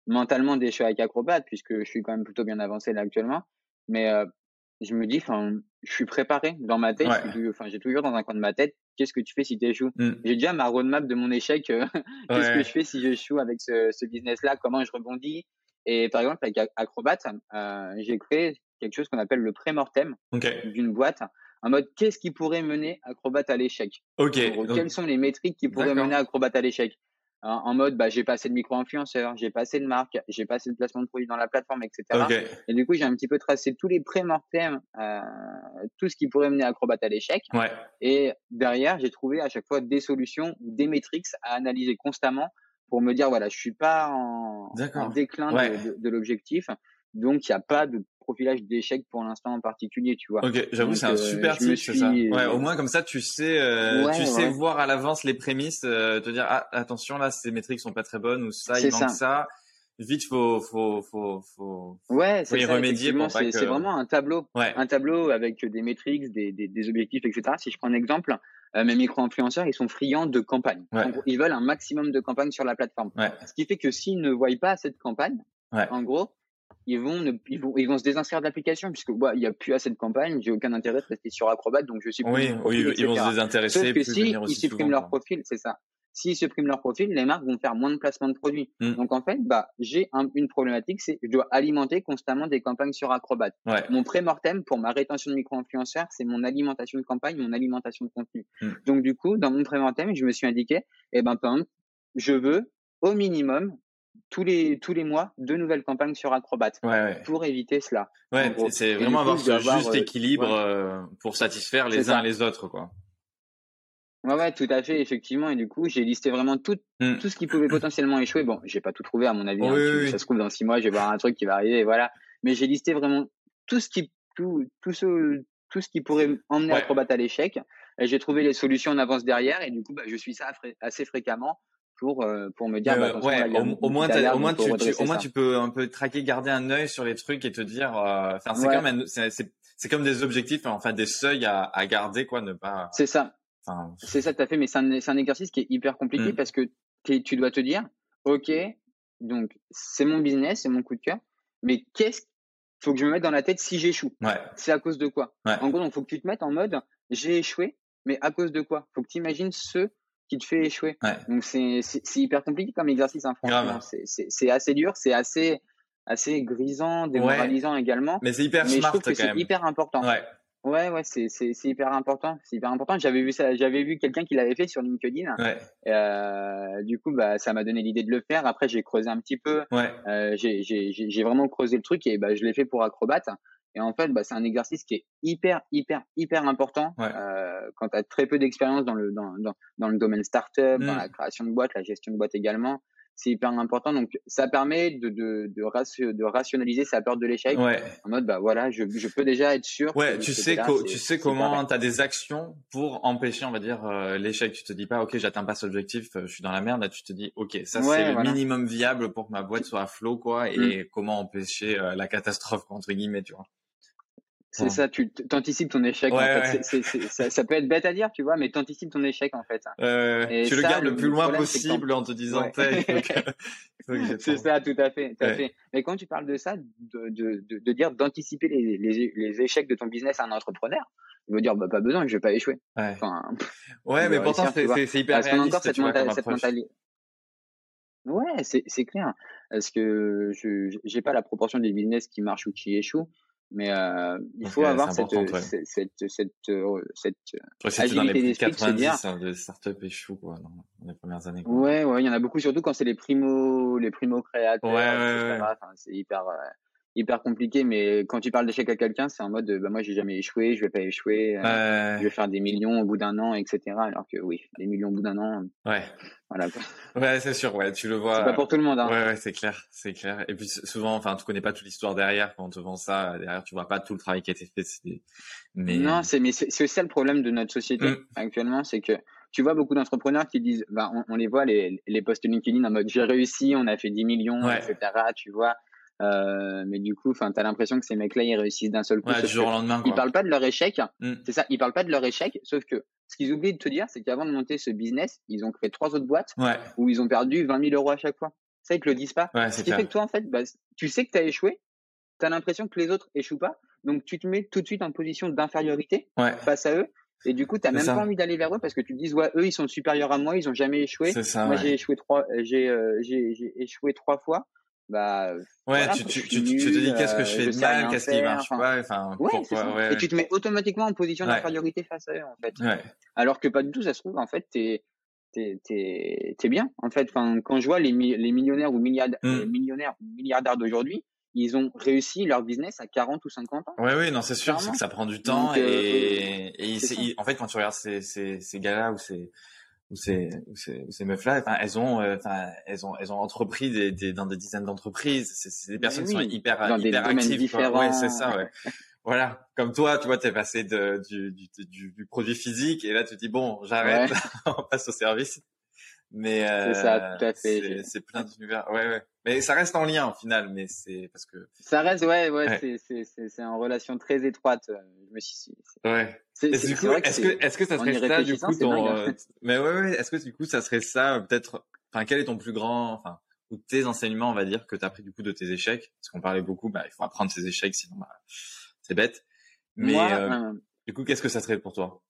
mentalement d'échouer avec Acrobat puisque je suis quand même plutôt bien avancé là actuellement. Mais euh, je me dis, enfin, je suis préparé dans ma tête. Ouais. Je suis, enfin, j'ai toujours dans un coin de ma tête, qu'est-ce que tu fais si tu échoues? Mm. J'ai déjà ma roadmap de mon échec. euh, Qu'est-ce que Ouais. je fais si j'échoue avec ce, ce business-là? Comment je rebondis? Et par exemple, avec Ac- Acrobat, euh, j'ai créé quelque chose qu'on appelle le pré-mortem Ok. d'une boîte, en mode qu'est-ce qui pourrait mener Acrobat à l'échec? Ok. En gros, Donc, quelles sont les métriques qui pourraient d'accord. mener Acrobat à l'échec? En, en mode, bah, j'ai pas assez de micro-influenceurs, j'ai pas assez de marques, j'ai pas assez de placement de produits dans la plateforme, et cetera. Ok. Et du coup, j'ai un petit peu tracé tous les pré-mortems, euh, tout ce qui pourrait mener Acrobat à l'échec. Ouais. Et derrière, j'ai trouvé à chaque fois des solutions ou des métriques à analyser constamment pour me dire, voilà, je suis pas en, en D'accord. déclin Ouais. de, de, de l'objectif. Donc, il n'y a pas de profilage d'échec pour l'instant en particulier, tu vois. Ok, j'avoue, Donc, c'est un euh, super je me tip, c'est ça. suis, Ouais, euh, au moins comme ça, tu sais, euh, ouais, tu sais ouais, voir à l'avance les prémices, euh, te dire ah attention là, ces métriques sont pas très bonnes ou ça, il c'est manque ça. ça. Vite, faut faut faut faut Ouais, faut c'est y ça, remédier effectivement. pour pas C'est, c'est que. vraiment un tableau, Ouais, un tableau avec des métriques, des, des, des objectifs, et cetera. Si je prends un exemple, euh, mes micro-influenceurs, ils sont friands de campagne. ouais, En gros, ils veulent un maximum de campagnes sur la plateforme. ouais, Ce qui fait que s'ils ne voient pas cette campagne, ouais. en gros, ils vont, ne, ils vont, ils vont se désinscrire de l'application puisque ouais, il y a plus assez de campagne. J'ai aucun intérêt de rester sur Acrobat, donc je supprime Oui, mon oui, profil, ils vont se et cetera. Sauf désintéresser, que plus si venir ils aussi suppriment souvent, leur quoi. profil, c'est ça. S'ils suppriment leur profil, les marques vont faire moins de placements de produits. Hmm. Donc en fait, bah, j'ai un, une problématique, c'est que je dois alimenter constamment des campagnes sur Acrobat. Ouais. Mon pré-mortem pour ma rétention de micro-influenceurs, c'est mon alimentation de campagne, mon alimentation de contenu. Hmm. Donc du coup, dans mon pré-mortem, je me suis indiqué, eh ben, par exemple, je veux au minimum tous les tous les mois deux nouvelles campagnes sur Acrobat Ouais, ouais. pour éviter cela. En Ouais, gros. c'est Et du vraiment coup, avoir je dois ce avoir, juste euh, équilibre ouais, euh, pour satisfaire c'est les uns et ça. les autres, quoi. Ouais, ouais, tout à fait, effectivement. Et du coup, j'ai listé vraiment tout, Hmm. tout ce qui pouvait potentiellement échouer. Bon, j'ai pas tout trouvé, à mon avis, Oui, hein. oui, Tu, oui. ça se trouve, dans six mois, je vais voir un truc qui va arriver, et voilà. Mais j'ai listé vraiment tout ce qui, tout, tout ce, tout ce qui pourrait emmener Ouais. Acrobat à l'échec. Et j'ai trouvé les solutions en avance derrière. Et du coup, bah, je suis ça fré- assez fréquemment pour, euh, pour me dire, Mais bah, euh, attention, là, ouais, il y a au, une, au une moins, petite t'as- au alerte, moins donc faut tu, tu, au redresser moins ça. tu peux un peu traquer, garder un œil sur les trucs et te dire, euh, enfin, c'est Ouais, comme un- c'est, c'est, c'est comme des objectifs, enfin des seuils à, à garder, quoi, ne pas, c'est ça. enfin, C'est ça, tout à fait, mais c'est un, c'est un exercice qui est hyper compliqué hmm, parce que t'es- tu dois te dire, OK, donc c'est mon business, c'est mon coup de cœur, mais qu'est-ce faut que je me mette dans la tête si j'échoue? ouais, C'est à cause de quoi? ouais, En gros, donc faut que tu te mettes en mode, j'ai échoué, mais à cause de quoi? Faut que tu imagines ce qui te fait échouer. ouais, Donc c'est, c'est, c'est hyper compliqué comme exercice, hein, franchement. grave. C'est, c'est, c'est assez dur, c'est assez, assez grisant, Ouais, démoralisant également, mais c'est hyper mais je smart trouve que quand c'est même. hyper important. Ouais, Ouais, ouais, c'est c'est c'est hyper important, c'est hyper important. J'avais vu ça, j'avais vu quelqu'un qui l'avait fait sur LinkedIn. ouais, Euh, du coup, bah, ça m'a donné l'idée de le faire. Après, j'ai creusé un petit peu. ouais, Euh, j'ai j'ai j'ai j'ai vraiment creusé le truc et bah, je l'ai fait pour Acrobat. Et en fait, bah, c'est un exercice qui est hyper hyper hyper important ouais. euh, quand tu as très peu d'expérience dans le dans dans dans le domaine startup, dans Hmm. la création de boîte, la gestion de boîte également. C'est hyper important. Donc, ça permet de de de, ratio- de rationaliser sa peur de l'échec Ouais. en mode bah voilà, je je peux déjà être sûr que Ouais, de tu ce sais côté-là, co- tu c'est sais c'est hyper comment vrai. tu as des actions pour empêcher, on va dire, euh, l'échec. Tu te dis pas, ok, j'atteins pas cet objectif, euh, je suis dans la merde. Là, tu te dis, ok, ça c'est Ouais, le voilà. minimum viable pour que ma boîte soit à flot, quoi, Mm. et comment empêcher euh, la catastrophe entre guillemets, tu vois. C'est Bon. ça, tu t'anticipes ton échec Ouais, en fait. ouais, C'est, c'est, c'est, ça, ça peut être bête à dire, tu vois, mais t'anticipes ton échec en fait. euh, Et tu le ça, gardes le, le plus le loin problème, c'est que t'en... possible en te disant, Ouais. Tain, il faut que, il faut que j'ai C'est ton- ça, tout à fait, tout à Ouais, fait. Mais quand tu parles de ça, de, de, de, de dire d'anticiper les, les, les échecs de ton business à un entrepreneur, il veut dire bah pas besoin, je vais pas échouer. ouais, Enfin, je ouais, vais mais pourtant réussir, tu c'est vois. c'est c'est hyper Parce qu'on a encore réaliste, cette tu vois, comme mentalité, cette approche. mentalité. Ouais, c'est c'est clair. Parce que je j'ai pas la proportion des business qui marchent ou qui échouent, mais euh, il Donc faut euh, c'est avoir cette important, ouais. cette cette cette, euh, cette Je crois que c'était dans les agilité plus de d'esprit de se dire quatre-vingt-dix hein, de startups échouent, quoi, dans, dans les premières années, quoi. ouais ouais, il y en a beaucoup surtout quand c'est les primo les primo Ouais, créateurs, ouais, ouais. et cetera. Enfin, c'est hyper euh, hyper compliqué, mais quand tu parles d'échec à quelqu'un, c'est en mode euh, bah moi j'ai jamais échoué, je vais pas échouer, euh, je vais Ouais, faire des millions au bout d'un an, et cetera. Alors que oui, des millions au bout d'un an, ouais. voilà quoi. Ouais, c'est sûr, ouais, tu le C'est pas vois. pour tout le monde, hein. Ouais, ouais, c'est clair, c'est clair. Et puis s- souvent, enfin, tu connais pas toute l'histoire derrière quand on te vend ça. Derrière, tu vois pas tout le travail qui a été fait. c'est- Mais Non, c'est mais c'est c'est ça le problème de notre société hum, actuellement, c'est que tu vois beaucoup d'entrepreneurs qui disent, bah, on, on les voit les les posts LinkedIn en mode j'ai réussi, on a fait dix millions, ouais, et cetera. Tu vois, euh, mais du coup, enfin, t'as l'impression que ces mecs-là ils réussissent d'un seul coup, ouais, du sauf que jour au lendemain, ils quoi. parlent pas de leur échec. Hum, C'est ça, ils parlent pas de leur échec, sauf que ce qu'ils oublient de te dire, c'est qu'avant de monter ce business, ils ont créé trois autres boîtes ouais, où ils ont perdu vingt mille euros à chaque fois. Ça, ils te le disent pas. Ouais, Ce c'est qui fait clair. que toi, en fait, bah, tu sais que tu as échoué, tu as l'impression que les autres échouent pas, donc tu te mets tout de suite en position d'infériorité Ouais, face à eux, et du coup, tu c'est même pas ça. envie d'aller vers eux parce que tu te dis, ouais, eux, ils sont supérieurs à moi, ils ont jamais échoué. C'est ça, Moi, ouais. j'ai échoué trois, euh, j'ai, euh, j'ai, j'ai échoué trois fois. Bah, euh, Ouais, voilà, tu, quoi, je tu, suis tu, tu te nul, dis qu'est-ce que je euh, fais je de sais mal, rien qu'est-ce qui faire. marche Enfin, pas, enfin, ouais, c'est pourquoi, ça. Et ouais, tu te mets automatiquement en position ouais, d'infériorité face à eux, en fait. ouais, Alors que pas du tout, ça se trouve, en fait, t'es, t'es, t'es, t'es bien. En fait, enfin, quand je vois les, mi- les millionnaires ou milliardaires, les Hmm. millionnaires ou milliardaires d'aujourd'hui, ils ont réussi leur business à quarante ou cinquante ans, Ouais, oui, non, c'est sûr, c'est que clairement. ça prend du temps Donc, euh, et, et il- c'est c'est- ça. il- en fait, quand tu regardes ces, ces, ces gars-là ou ces, ou ces, ou ces, ou ces meufs-là, enfin, elles ont, euh, enfin, elles ont, elles ont entrepris des, des, dans des dizaines d'entreprises. C'est, c'est des Mais personnes qui sont oui, hyper, dans des hyper domaines actives, quoi. Ouais, c'est différents. ça, ouais. Voilà. Comme toi, tu vois, t'es passé de, du, du, du, du produit physique et là, tu te dis, bon, j'arrête, Ouais, on passe au service. Mais c'est ça, euh, tout à fait. c'est J'ai- c'est plein d'univers. Ouais, ouais. Mais ça reste en lien au final. Mais c'est parce que Ça reste, ouais, ouais, ouais, c'est, c'est, c'est, c'est en relation très étroite. euh, Je me suis, ouais. c'est, Et c'est, du c'est coup, vrai que est-ce que c'est, est-ce que ça en serait y ça du réfléchissant, coup c'est dingue, ton hein. euh, mais ouais, ouais. Est-ce que du coup ça serait ça euh, peut-être. Enfin, quel est ton plus grand, enfin, ou tes enseignements, on va dire, que tu as appris du coup de tes échecs, parce qu'on parlait beaucoup. Bah, il faut apprendre ses échecs, sinon bah, c'est bête. Mais Moi, euh, euh, du coup, qu'est-ce que ça serait pour toi?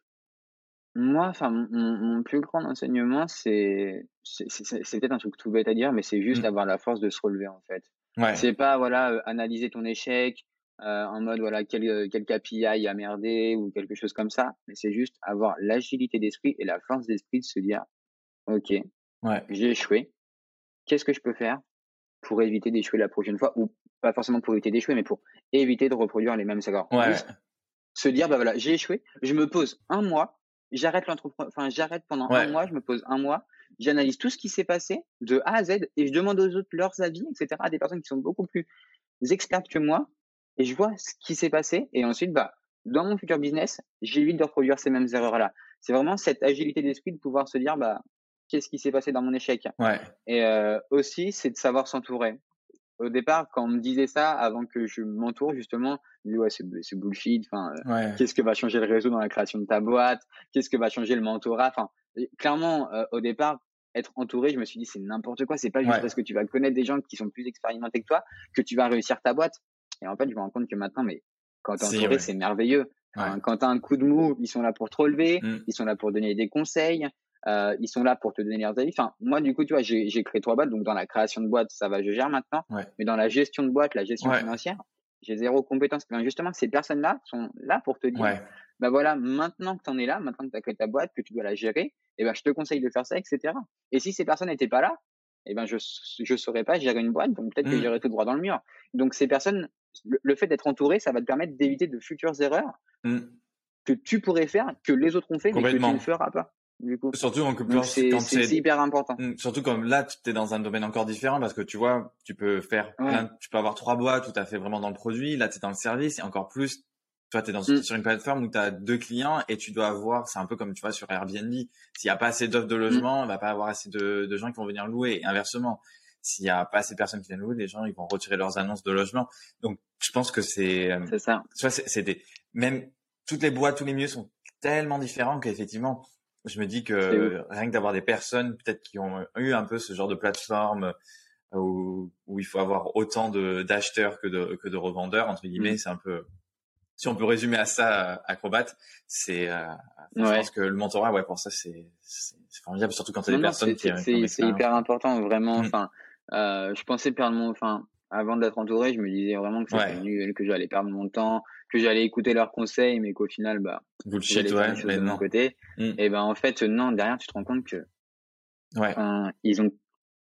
Moi, enfin, mon, mon mon plus grand enseignement, c'est, c'est, c'est, c'est c'est peut-être un truc tout bête à dire, mais c'est juste Hmm. avoir la force de se relever, en fait. Ouais, C'est pas, voilà, euh, analyser ton échec, euh, en mode, voilà, quel, euh, quel K P I a merdé ou quelque chose comme ça, mais c'est juste avoir l'agilité d'esprit et la force d'esprit de se dire, OK, ouais, j'ai échoué. Qu'est-ce que je peux faire pour éviter d'échouer la prochaine fois ou pas forcément pour éviter d'échouer, mais pour éviter de reproduire les mêmes erreurs. ouais, Juste se dire, bah voilà, j'ai échoué, je me pose un mois, j'arrête l'entrepreneur, enfin, j'arrête pendant un ouais, mois, je me pose un mois, j'analyse tout ce qui s'est passé de A à Z et je demande aux autres leurs avis, et cetera, à des personnes qui sont beaucoup plus expertes que moi et je vois ce qui s'est passé et ensuite, bah, dans mon futur business, j'évite de reproduire ces mêmes erreurs-là. C'est vraiment cette agilité d'esprit de pouvoir se dire, bah, qu'est-ce qui s'est passé dans mon échec? ouais, Et euh, aussi, c'est de savoir s'entourer. Au départ, quand on me disait ça, avant que je m'entoure justement, je me disais: «Ouais, c'est c'est bullshit, enfin, heu, ouais, qu'est-ce que va changer le réseau dans la création de ta boîte? Qu'est-ce que va changer le mentorat?» Enfin, et clairement, heu, au départ, être entouré, je me suis dit: «C'est n'importe quoi, c'est pas juste ouais, parce que tu vas connaître des gens qui sont plus expérimentés que toi, que tu vas réussir ta boîte». Et en fait, je me rends compte que maintenant, mais quand tu es si, entouré, ouais, c'est merveilleux. ouais, Enfin, quand tu as un coup de mou, ils sont là pour te relever, Hmm. ils sont là pour donner des conseils, heu, ils sont là pour te donner leurs avis. Enfin, moi, du coup, tu vois, j'ai j'ai créé trois boîtes, donc dans la création de boîtes, ça va, je gère maintenant. ouais, Mais dans la gestion de boîte, la gestion ouais, financière, j'ai zéro compétence. Ben justement, ces personnes-là sont là pour te dire, ouais, bah voilà, maintenant que tu en es là, maintenant que tu as créé ta boîte, que tu dois la gérer, et ben je te conseille de faire ça, et cetera. Et si ces personnes n'étaient pas là, et ben je je saurais pas gérer une boîte, donc peut-être que Hmm. j'irais tout droit dans le mur. Donc ces personnes, le, le fait d'être entouré, ça va te permettre d'éviter de futures erreurs Hmm. que tu pourrais faire, que les autres ont fait, mais que tu ne Complètement. feras pas. Du coup, Surtout en donc concurrence, c'est quand c'est c'est c'est hyper important. Mm, surtout comme là, tu es dans un domaine encore différent parce que tu vois, tu peux faire plein, Ouais. tu peux avoir trois boîtes où tu as fait vraiment dans le produit. Là, tu es dans le service et encore plus, toi, tu es dans, Mm, sur une plateforme où tu as deux clients et tu dois avoir, c'est un peu comme tu vois sur Airbnb. S'il n'y a pas assez d'offres de mm, logement, il va pas avoir assez de, de gens qui vont venir louer. Et inversement, s'il n'y a pas assez de personnes qui viennent louer, les gens, ils vont retirer leurs annonces de logement. Donc, je pense que c'est, euh, c'est ça. tu vois, c'est c'est des, même toutes les boîtes, tous les milieux sont tellement différents qu'effectivement, je me dis C'est ouf. que rien que d'avoir des personnes peut-être qui ont eu un peu ce genre de plateforme euh, où, où il faut avoir autant de d'acheteurs que de que de revendeurs entre Mm. guillemets, c'est un peu si on peut résumer à ça euh, Acrobat, c'est euh, enfin, je pense Ouais. que le mentorat ouais pour ça c'est c'est c'est formidable surtout quand tu as Non, des non, personnes c'est qui, c'est qui ont de c'est c'est l'expérience hyper quoi. important, vraiment. Mm. Enfin, euh, je pensais perdre mon, enfin, avant d'être entouré, je me disais vraiment que c'était Ouais, nul, que j'allais perdre mon temps, que j'allais écouter leurs conseils, mais qu'au final, bah, bullshit j'allais faire les ouais, choses mais de mon non. côté. Mm. Et ben, en fait, non, derrière, tu te rends compte que, Ouais. enfin, ils ont,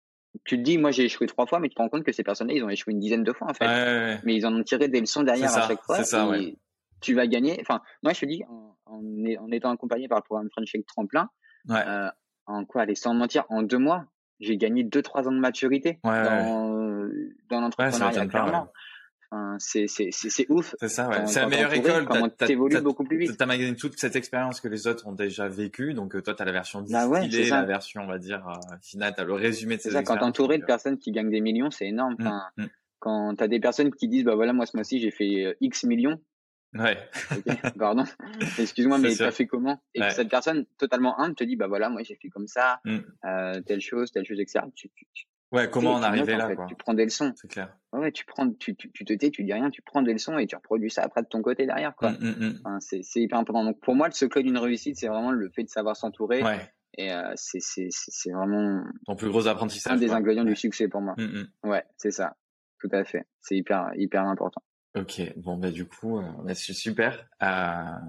tu te dis, moi, j'ai échoué trois fois, mais tu te rends compte que ces personnes-là, ils ont échoué une dizaine de fois, en Ouais, fait. ouais, ouais. Mais ils en ont tiré des leçons C'est derrière à chaque ça, c'est fois ça ouais. et tu vas gagner. Enfin, moi, je te dis, en, en, est- en étant accompagné par le programme French Shake Tremplin, Ouais. Heu, en quoi? Allez, sans mentir, en deux mois, j'ai gagné deux trois ans de maturité Ouais, ouais, ouais. dans, heu, dans Ouais, ça l'entrepreneuriat, m'étonne pas ouais. clairement. Enfin, c'est c'est c'est c'est ouf C'est ça, ouais. quand C'est la quand tu es meilleure entouré, école. T'as, comment t'as, tu évolues t'as, beaucoup plus t'as vite. t'as magasiné toute cette expérience que les autres ont déjà vécue. Donc, euh, toi, t'as la version Bah, ouais, c'est distillée, la ça. version, on va dire, euh, finale. T'as le résumé de C'est ces ça, quand tu es expériences. Donc, entouré de euh, personnes qui gagnent des millions, c'est énorme. hum, Enfin, hum. quand tu as des personnes qui disent: «Bah, voilà, moi, ce mois-ci, j'ai fait, heu, X millions». Ouais. OK, pardon, excuse-moi, C'est mais tu as sûr. fait comment? Et que Ouais. cette personne totalement humble te dit: «Bah, voilà, moi, j'ai fait comme ça, Hum. heu, telle chose, telle chose» et cetera. Tu tu Ouais, Tu sais, comment et en tu notes arriver en là, fait, tu quoi. prends des leçons. C'est clair. Ouais, ouais, tu prends, tu, tu, tu te tais, tu dis rien, tu prends des leçons et tu reproduis ça après de ton côté derrière, Mmh, quoi. mmh, mmh. Enfin, c'est, c'est hyper important. Donc pour moi, le secret d'une réussite, c'est vraiment le fait de savoir s'entourer Ouais, et euh, c'est, c'est, c'est, c'est vraiment ton plus gros un apprentissage, des quoi. ingrédients du Ouais. succès pour moi. Mmh mh. Ouais, c'est ça. Tout à fait. C'est hyper, hyper important. OK. Bon, bah, du coup, heu, bah, c'est super. Heu,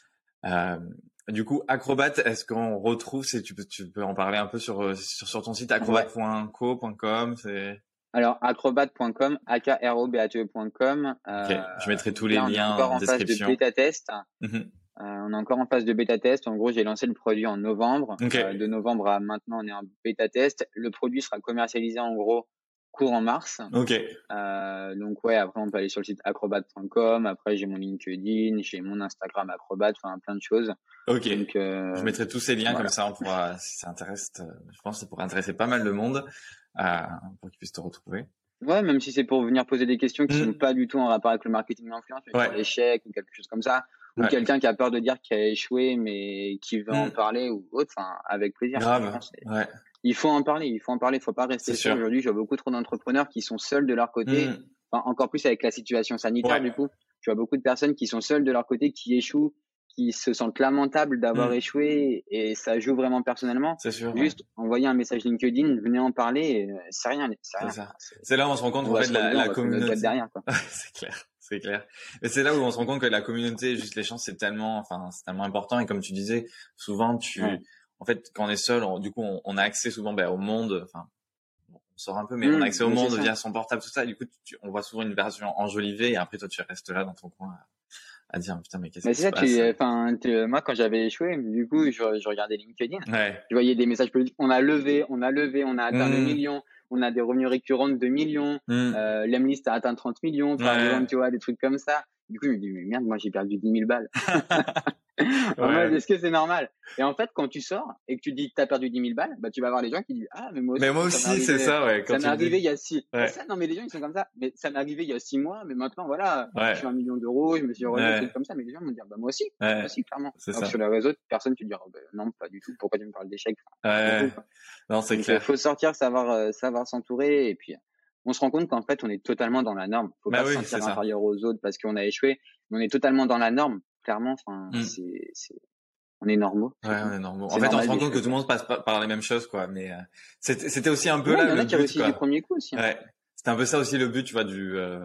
hem, du coup, Acrobat, est-ce qu'on retrouve c'est tu peux tu peux en parler un peu sur, heu, sur sur ton site acrobat Ouais. point co point com, c'est Alors, acrobat point com, a k r o b a t e point com. OK. Euh, Je mettrai tous donc les là, on est liens encore en en phase de description. bêta test. Mmh. Euh, on est encore en phase de bêta test. En gros, j'ai lancé le produit en novembre. OK. Euh, de novembre à maintenant, on est en bêta test. Le produit sera commercialisé en gros courant mars. OK. Euh, donc ouais, après on peut aller sur le site acrobat point com. Après, j'ai mon LinkedIn, j'ai mon Instagram Acrobat, enfin plein de choses. OK. Donc Je euh, mettrai tous ces liens comme voilà. ça on pourra si ça intéresse, heu, je pense que ça pourrait intéresser pas mal de monde, heu, pour qu'ils puissent te retrouver. Ouais, même si c'est pour venir poser des questions qui sont Mmh. pas du tout en rapport avec le marketing d'influence, mais sur Ouais. l'échec ou quelque chose comme ça, ou Ouais. quelqu'un qui a peur de dire qu'il a échoué mais qui veut en Mmh. parler ou autre, enfin avec plaisir. Franchement, Grave. c'est Ouais. il faut en parler, il faut en parler, il faut pas C'est rester seul. sûr. Aujourd'hui, je vois beaucoup trop d'entrepreneurs qui sont seuls de leur côté, Mmh. enfin encore plus avec la situation sanitaire Ouais. du coup. Je vois beaucoup de personnes qui sont seules de leur côté, qui échouent, qui se sentent lamentables d'avoir Mmh. échoué et ça joue vraiment personnellement. C'est sûr, ouais. Juste envoyer un message LinkedIn, venez en parler, et, euh, c'est rien, c'est C'est rien. ça. Enfin, c'est- C'est là où on se rend compte on qu'en va fait se la relever, on la va trouver notre boîte communauté derrière, quoi. ouais, c'est clair, c'est clair. Et c'est là où on se rend compte que la communauté, juste l'échange, c'est tellement enfin, c'est tellement important et comme tu disais, souvent Ouais. tu en fait, quand on est seul, on du coup, on on a accès souvent, bah, au monde, enfin, bon, on sort un peu, mais on a Mmh, accès au mais c'est monde ça. via son portable, tout ça et du coup, tu on voit souvent une version enjolivée et après toi, tu restes là dans ton coin à à dire: «Putain, mais qu'est-ce Mais qui c'est se ça, passe?» tu, enfin, tu- moi, quand j'avais échoué, du coup, je, je regardais LinkedIn, Ouais. je voyais des messages politiques. On a levé, on a levé, on a atteint le Mmh. million, on a des revenus récurrents de deux millions, Mmh. euh, l'Emlist a atteint trente millions, par exemple, Ouais. tu vois, des trucs comme ça. Du coup, je me dis, mais merde, moi, j'ai perdu dix mille balles. En mode, Ouais. est-ce que c'est normal? Et en fait, quand tu sors et que tu dis que t'as perdu dix mille balles, bah, tu vas voir les gens qui disent, ah, mais moi Mais aussi, moi ça m'est aussi, c'est arrivé, ça, ouais, quand ça m'est tu le arrivé dis. il y a six, c'est Ouais. ça, non, mais les gens, ils sont comme ça. Mais ça m'est arrivé il y a six mois, mais maintenant, voilà, je suis Ouais. un million d'euros, je me suis relevé, des trucs Ouais. comme ça. Mais les gens vont dire, bah, moi aussi, moi Ouais. aussi, clairement. C'est Alors que sur ça. les réseaux, personne, tu te diras, oh, bah, non, pas du tout. Pourquoi tu me parles d'échecs? Enfin, on s'en Ouais. fout, quoi. Non, c'est Donc, euh, clair. faut sortir, savoir, euh, savoir s'entourer. Et puis, on se rend compte qu'en fait, on est totalement dans la norme. Faut Bah pas se oui, c'est sentir ça. inférieur aux autres parce qu'on a échoué. Mais on est totalement dans la norme. Clairement, enfin, Mmh. c'est, c'est, on est normaux, c'est Ouais, on tout. est normaux. En C'est fait, on se normal rend compte que d'échouer, tout le quoi. monde passe pa par les mêmes choses, quoi. Mais heu, c'était c'était aussi un peu Ouais, là il y en le a qui but, réussissent du quoi. premier coup aussi, hein. Ouais. C'était un peu ça aussi le but, tu vois, du heu,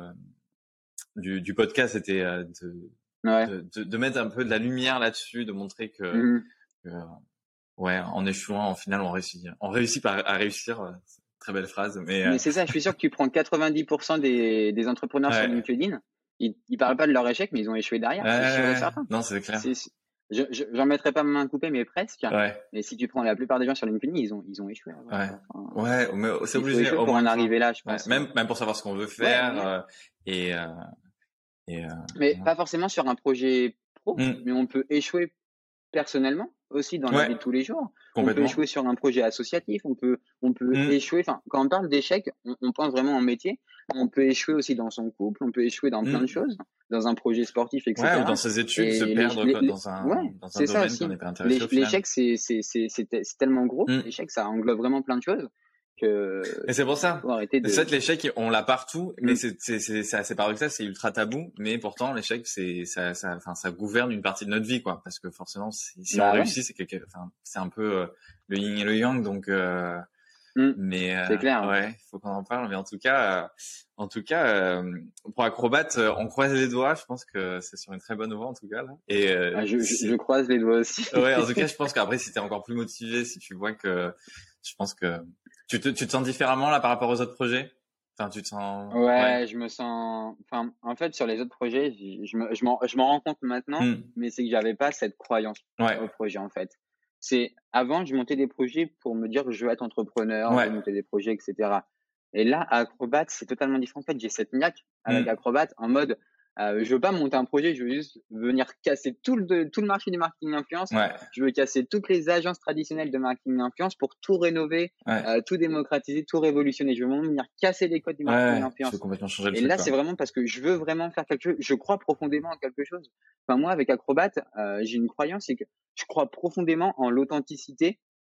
du du podcast, c'était, heu, de Ouais. de de de mettre un peu de la lumière là-dessus, de montrer que Mhm. que, ouais, en échouant, au final, on réussit on réussit par à réussir, heu, c'est une très belle phrase, mais Mais heu, c'est ça, je suis sûr que tu prends quatre-vingt-dix pour cent des, des entrepreneurs sur ouais. LinkedIn, ils, ils parlent pas de leur échec, mais ils ont échoué Ouais, derrière, c'est sûr et ouais, ouais. certain. Non, c'est C'est, clair. c'est- je, je, j'en mettrai pas ma main coupée, mais presque. Ouais, Mais si tu prends la plupart des gens sur LinkedIn, ils ont, ils ont échoué avant, ouais. quoi. Enfin, Ouais, mais c'est il faut obligé, échouer au pour moins en une fois. arriver là, je Ouais, pense, hein. même même pour savoir ce qu'on veut Ouais, faire, ouais. heu et heu et heu, Mais voilà. pas forcément sur un projet pro, Mmh. mais on peut échouer personnellement aussi dans la Ouais, vie de tous les jours. On peut complètement. échouer sur un projet associatif, on peut, on peut Mmh. échouer. Enfin, quand on parle d'échec, on, on pense vraiment en métier. On peut échouer aussi dans son couple, on peut échouer dans plein de Mmh. choses, dans un projet sportif, Ouais, ou dans et cetera. ses études, se Et les, perdre les, quoi, les- dans un ouais, dans un c'est ça domaine qu'on aussi. n'est pas intéressé Les- au final. L'échec, c'est, c'est, c'est, c'est, c'est tellement gros. Mmh. L'échec, ça englobe vraiment plein de choses que Et c'est pour il ça. faut arrêter C'est ça de. que l'échec, on l'a partout, mais Mm. c'est c'est c'est c'est assez paradoxal, c'est ultra tabou, mais pourtant l'échec, c'est ça ça enfin ça gouverne une partie de notre vie quoi, parce que forcément si, si on Bah ouais. réussit, c'est quelque enfin c'est un peu euh, le yin et le yang donc euh, Mm. mais C'est euh, clair. ouais, faut qu'on en parle, mais en tout cas euh, en tout cas euh, pour Acrobat, euh, on croise les doigts, je pense que c'est sur une très bonne voie en tout cas là. Et Ah, euh, je, je, je si croise les doigts aussi. ouais, en tout cas, je pense qu'après si t'es encore plus motivé, si tu vois que je pense que tu te tu te sens différemment là par rapport aux autres projets? Enfin, tu te sens ouais. Ouais, je me sens. Enfin, en fait, sur les autres projets, je, je me, je m'en, je m'en rends compte maintenant, Mmh. mais c'est que j'avais pas cette croyance Ouais. au projet, en fait. C'est avant, je montais des projets pour me dire que je veux être entrepreneur, je Ouais. veux monter des projets, et cetera. Et là, Acrobat, c'est totalement différent. En fait, j'ai cette niaque avec Mmh. Acrobat en mode, euh, je veux pas monter un projet, je veux juste venir casser tout le, tout le marché du marketing d'influence. Ouais. Je veux casser toutes les agences traditionnelles de marketing d'influence pour tout rénover, Ouais. euh, tout démocratiser, tout révolutionner. Je veux vraiment venir casser les codes du marketing Ouais. Tu veux d'influence. complètement changer le Et truc là, quoi. c'est vraiment parce que je veux vraiment faire quelque chose. Je crois profondément en quelque chose. Enfin, moi, avec Acrobat, euh, j'ai une croyance, c'est que je crois profondément en l'authenticité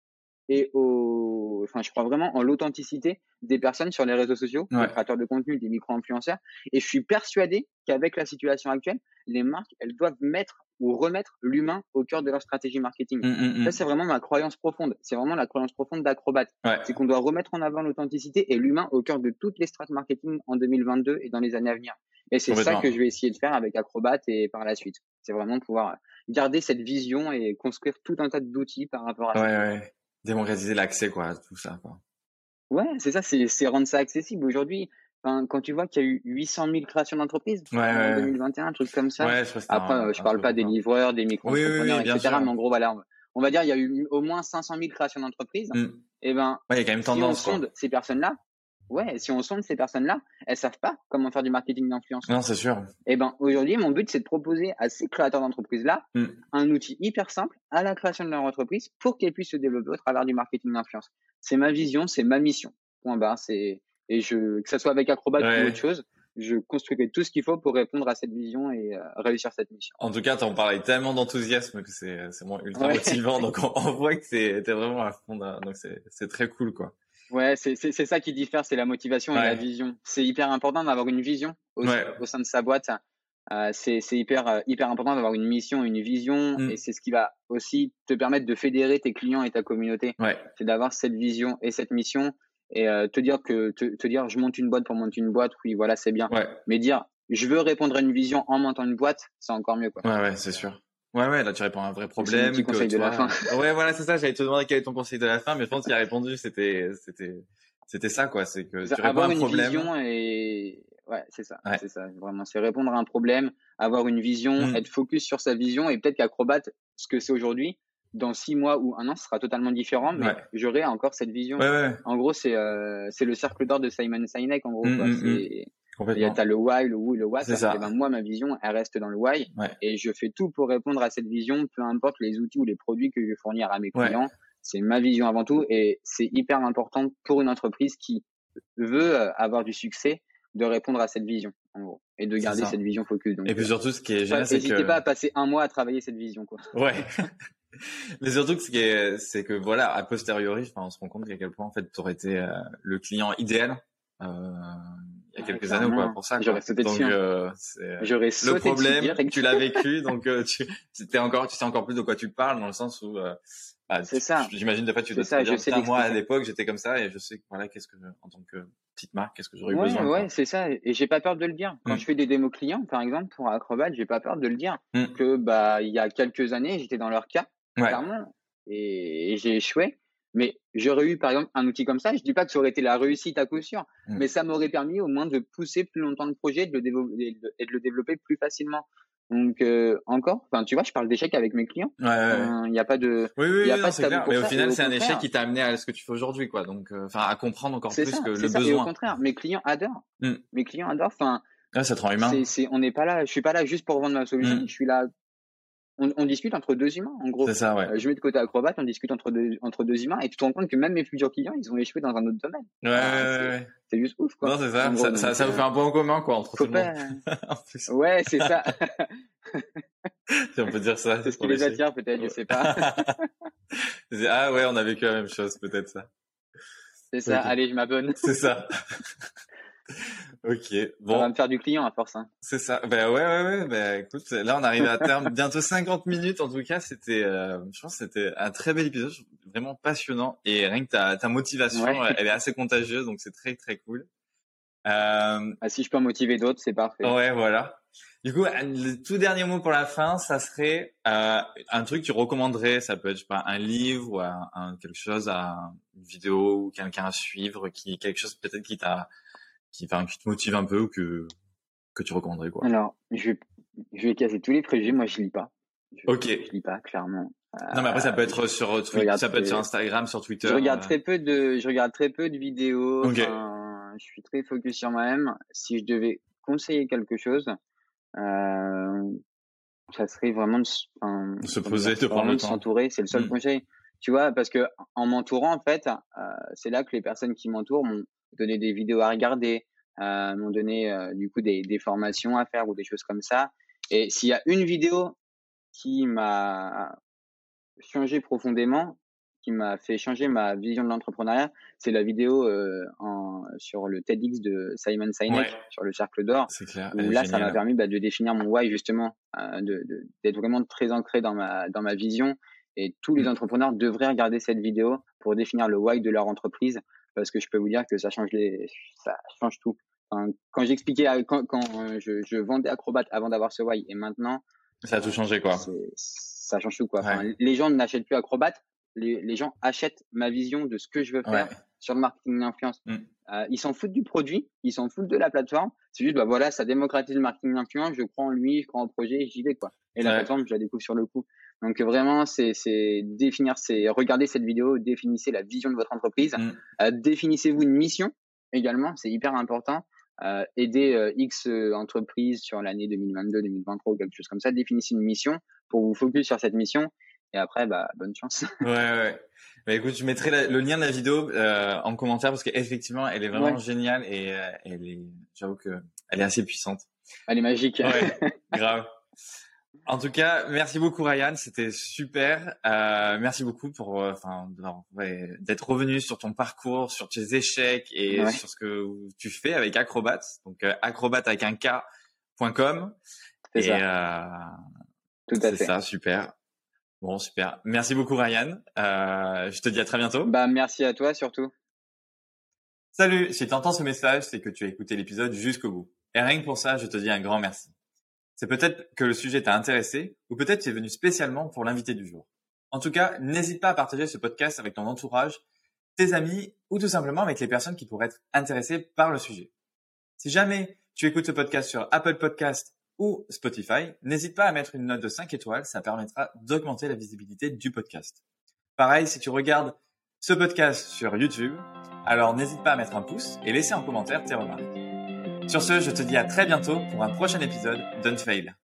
et au, enfin, je crois vraiment en l'authenticité des personnes sur les réseaux sociaux, Ouais. des créateurs de contenu, des micro-influenceurs. Et je suis persuadé qu'avec la situation actuelle, les marques, elles doivent mettre ou remettre l'humain au cœur de leur stratégie marketing. Hum, hum, Ça, hum. c'est vraiment ma croyance profonde. C'est vraiment la croyance profonde d'Acrobat. Ouais. C'est qu'on doit remettre en avant l'authenticité et l'humain au cœur de toutes les strates marketing en deux mille vingt-deux et dans les années à venir. Et c'est ça Complètement. que je vais essayer de faire avec Acrobat et par la suite. C'est vraiment pouvoir garder cette vision et construire tout un tas d'outils par rapport à ça. Ouais, ouais. Démocratiser l'accès, quoi, à tout ça, quoi. Ouais, c'est ça, c'est, c'est rendre ça accessible. Aujourd'hui, enfin, quand tu vois qu'il y a eu huit cent mille créations d'entreprises Ouais, en ouais. deux mille vingt et un, un truc comme ça. Ouais, je crois que c'était Après, un, euh, je un parle truc pas des record. livreurs, des Oui, oui, micro-entrepreneurs, oui, bien et cetera. sûr. Mais en gros, voilà, on, on va dire il y a eu au moins cinq cent mille créations d'entreprises. Hum. Et ben, Ouais, il y a quand même si on tendance, quoi. sonde ces personnes-là, ouais, si on sonde ces personnes-là, elles savent pas comment faire du marketing d'influence. Non, c'est sûr. Et ben, aujourd'hui, mon but, c'est de proposer à ces créateurs d'entreprises-là Hum. un outil hyper simple à la création de leur entreprise pour qu'elles puissent se développer au travers du marketing d'influence. C'est ma vision, c'est ma mission. Point barre. C'est, et je, que ça soit avec Acrobat Ouais. ou autre chose, je construirai tout ce qu'il faut pour répondre à cette vision et euh, réussir cette mission. En tout cas, t'en parlais avec tellement d'enthousiasme que c'est, c'est vraiment ultra Ouais. motivant. Donc, on, on voit que c'est, t'es vraiment à fond. Dans, donc, c'est, c'est très cool, quoi. Ouais, c'est, c'est, c'est ça qui diffère, c'est la motivation et Ouais. la vision. C'est hyper important d'avoir une vision au, Ouais. au sein de sa boîte. Euh, c'est, c'est hyper, euh, hyper important d'avoir une mission, une vision, Mm. et c'est ce qui va aussi te permettre de fédérer tes clients et ta communauté. Ouais. C'est d'avoir cette vision et cette mission et euh, te dire que te, te dire je monte une boîte pour monter une boîte, oui, voilà, c'est bien. Ouais. Mais dire je veux répondre à une vision en montant une boîte, c'est encore mieux, quoi. Ouais, ouais, c'est sûr. Ouais, ouais, là, tu réponds à un vrai Donc, c'est mon problème. petit que conseil de toi... la fin. Ouais, voilà, c'est ça. J'allais te demander quel est ton conseil de la fin, mais je pense qu'il a répondu. C'était, c'était, c'était ça, quoi. C'est que C'est tu réponds à avoir un une problème. vision et ouais, c'est ça, Ouais. c'est ça, vraiment, c'est répondre à un problème, avoir une vision, Mm. être focus sur sa vision et peut-être qu'Acrobat, ce que c'est aujourd'hui, dans six mois ou un an, ce sera totalement différent, mais Ouais. j'aurai encore cette vision. Ouais, ouais. En gros, c'est euh, c'est le cercle d'or de Simon Sinek, en gros, Mm, quoi. mm, C'est mm. il y a Complètement. t'as le why, le who, le what. C'est ça. Et ben moi, ma vision, elle reste dans le why, Ouais. et je fais tout pour répondre à cette vision, peu importe les outils ou les produits que je vais fournir à mes Ouais. clients. C'est ma vision avant tout, et c'est hyper important pour une entreprise qui veut euh, avoir du succès de répondre à cette vision, en gros, et de C'est garder ça. cette vision focus. Donc, Et puis euh, surtout, ce qui est génial, c'est n'hésitez que... pas à passer un mois à travailler cette vision, quoi. Ouais. Mais surtout que ce qui est, c'est que voilà, a posteriori, enfin, on se rend compte qu'à quel point en fait, t'aurais été euh, le client idéal euh, il y a Ouais, quelques années ou quoi pour ça. Quoi. J'aurais sauté donc dessus. Hein. euh, c'est J'aurais le sauté problème. dessus Tu l'as vécu, donc euh, tu, c'était encore, tu sais encore plus de quoi tu parles dans le sens où, euh, bah, c'est tu, ça. J'imagine des fois tu dois ça, te dire, je sais putain, moi à l'expliquer. l'époque j'étais comme ça et je sais que voilà, qu'est-ce que en tant que petite marque, qu'est-ce que j'aurais eu Ouais, besoin. ouais, Quoi. c'est ça. Et j'ai pas peur de le dire. Quand Mm. je fais des démos clients, par exemple, pour Acrobat, j'ai pas peur de le dire. Mm. Que bah il y a quelques années, j'étais dans leur cas, Ouais. clairement, et, et j'ai échoué. Mais j'aurais eu, par exemple, un outil comme ça. Je dis pas que ça aurait été la réussite à coup sûr, Mm. mais ça m'aurait permis au moins de pousser plus longtemps le projet, de le développer et de le développer plus facilement. Donc euh, encore, enfin tu vois, je parle d'échec avec mes clients. Il Ouais, ouais, ouais. n'y a pas de, Oui, oui, il y a oui, pas non, de c'est tabou clair. pour Mais au ça. Et final, au c'est un contraire, échec qui t'a amené à ce que tu fais aujourd'hui, quoi. Donc, euh, enfin, à comprendre encore c'est plus ça, que c'est le ça. Et au besoin. contraire, mes clients adorent. Mm. Mes clients adorent. Enfin, Ouais, ça te rend humain. c'est, c'est, on n'est pas là. Je suis pas là juste pour vendre ma solution. Mm. Je suis là. On, on discute entre deux humains, en gros. C'est ça, ouais. Euh, je mets de côté Acrobat, on discute entre deux, entre deux humains, et tu te rends compte que même mes futurs clients, ils ont échoué dans un autre domaine. Ouais, Enfin, ouais, c'est, ouais. c'est juste ouf, quoi. Non, c'est ça. En gros, Ça, donc, ça, ça vous euh, fait un point en commun, quoi, entre faut tout le monde. pas. En plus, Ouais, c'est ça. si on peut dire ça. C'est ce qui pour les l'échec. attire, peut-être, je sais pas. C'est- ah ouais, on a vécu la même chose, peut-être ça. C'est ça. Ok. Allez, je m'abonne. C'est ça. Ok, Ça va bon, me faire du client à force, hein. c'est ça. Ben ouais, ouais, ouais. Ben écoute, là on arrive à terme, bientôt cinquante minutes. En tout cas, c'était, euh, je pense, que c'était un très bel épisode, vraiment passionnant. Et rien que ta, ta motivation, Ouais. elle est assez contagieuse, donc c'est très très cool. Euh, Ah, si je peux en motiver d'autres, c'est parfait. ouais, voilà. Du coup, un- le tout dernier mot pour la fin, ça serait euh, un truc que tu recommanderais. Ça peut être, je sais pas, un livre ou un, un- quelque chose, à, une vidéo ou quelqu'un à suivre, qui quelque chose peut-être qui t'a, qui, enfin, qui te motive un peu ou que que tu recommanderais quoi. Alors, je vais, je vais casser tous les préjugés. Moi, je lis pas. Je, Ok. Je lis pas, clairement. Non, mais après ça peut être Euh, sur Twitter, regarde ça peut être très- sur Instagram, sur Twitter. Je regarde euh, très peu de, je regarde très peu de vidéos. Ok. Enfin, je suis très focus sur moi-même. Si je devais conseiller quelque chose, euh, ça serait vraiment de, s- enfin, De se comment poser, dire, de prendre vraiment le de temps. s'entourer. C'est le seul Mm. conseil. Tu vois, parce que en m'entourant, en fait, euh, c'est là que les personnes qui m'entourent m'ont donné des vidéos à regarder, euh, m'ont donné euh, du coup des, des formations à faire ou des choses comme ça. Et s'il y a une vidéo qui m'a changé profondément, qui m'a fait changer ma vision de l'entrepreneuriat, c'est la vidéo euh, en, sur le TEDx de Simon Sinek, Ouais. sur le cercle d'or, C'est clair. où Elle est là, ça m'a géniale. permis bah, de définir mon why, justement, euh, de, de, d'être vraiment très ancré dans ma, dans ma vision. Et tous les Mm. entrepreneurs devraient regarder cette vidéo pour définir le why de leur entreprise, parce que je peux vous dire que ça change, les, ça change tout. Enfin, quand j'expliquais, quand, quand je, je vendais Acrobat avant d'avoir ce why, et maintenant, Ça a tout changé, quoi. c'est, ça change tout, quoi. Enfin, Ouais. les gens n'achètent plus Acrobat, les, les gens achètent ma vision de ce que je veux faire Ouais. sur le marketing d'influence. Mm. Euh, ils s'en foutent du produit, ils s'en foutent de la plateforme. C'est juste, bah voilà, ça démocratise le marketing d'influence, je crois en lui, je crois en projet, j'y vais, quoi. Et la Ouais. plateforme, je la découvre sur le coup. Donc vraiment, c'est, c'est définir, c'est regarder cette vidéo, définissez la vision de votre entreprise, Mm. euh, définissez-vous une mission également, c'est hyper important. Euh, aider euh, X euh, entreprises sur l'année deux mille vingt-deux, deux mille vingt-trois ou quelque chose comme ça. Définissez une mission pour vous focus sur cette mission. Et après, bah, bonne chance. Ouais, ouais. Bah, écoute, je mettrai la- le lien de la vidéo euh, en commentaire parce qu'effectivement, elle est vraiment Ouais. géniale et euh, elle est, j'avoue que elle est assez puissante. Elle est magique. Ouais, grave. En tout cas, merci beaucoup Ryan, c'était super. Euh, merci beaucoup pour, enfin, euh, ouais, d'être revenu sur ton parcours, sur tes échecs et Ouais. sur ce que tu fais avec Acrobat. Donc euh, acrobat avec un K point com. C'est et ça. Euh, Tout à c'est fait. ça, super. Bon, super. Merci beaucoup Ryan. Euh, je te dis à très bientôt. Bah, merci à toi surtout. Salut, si tu entends ce message, c'est que tu as écouté l'épisode jusqu'au bout. Et rien que pour ça, je te dis un grand merci. C'est peut-être que le sujet t'a intéressé, ou peut-être tu es venu spécialement pour l'invité du jour. En tout cas, n'hésite pas à partager ce podcast avec ton entourage, tes amis, ou tout simplement avec les personnes qui pourraient être intéressées par le sujet. Si jamais tu écoutes ce podcast sur Apple Podcast ou Spotify, n'hésite pas à mettre une note de cinq étoiles, ça permettra d'augmenter la visibilité du podcast. Pareil, si tu regardes ce podcast sur YouTube, alors n'hésite pas à mettre un pouce et laisser en commentaire tes remarques. Sur ce, je te dis à très bientôt pour un prochain épisode d'Unfail.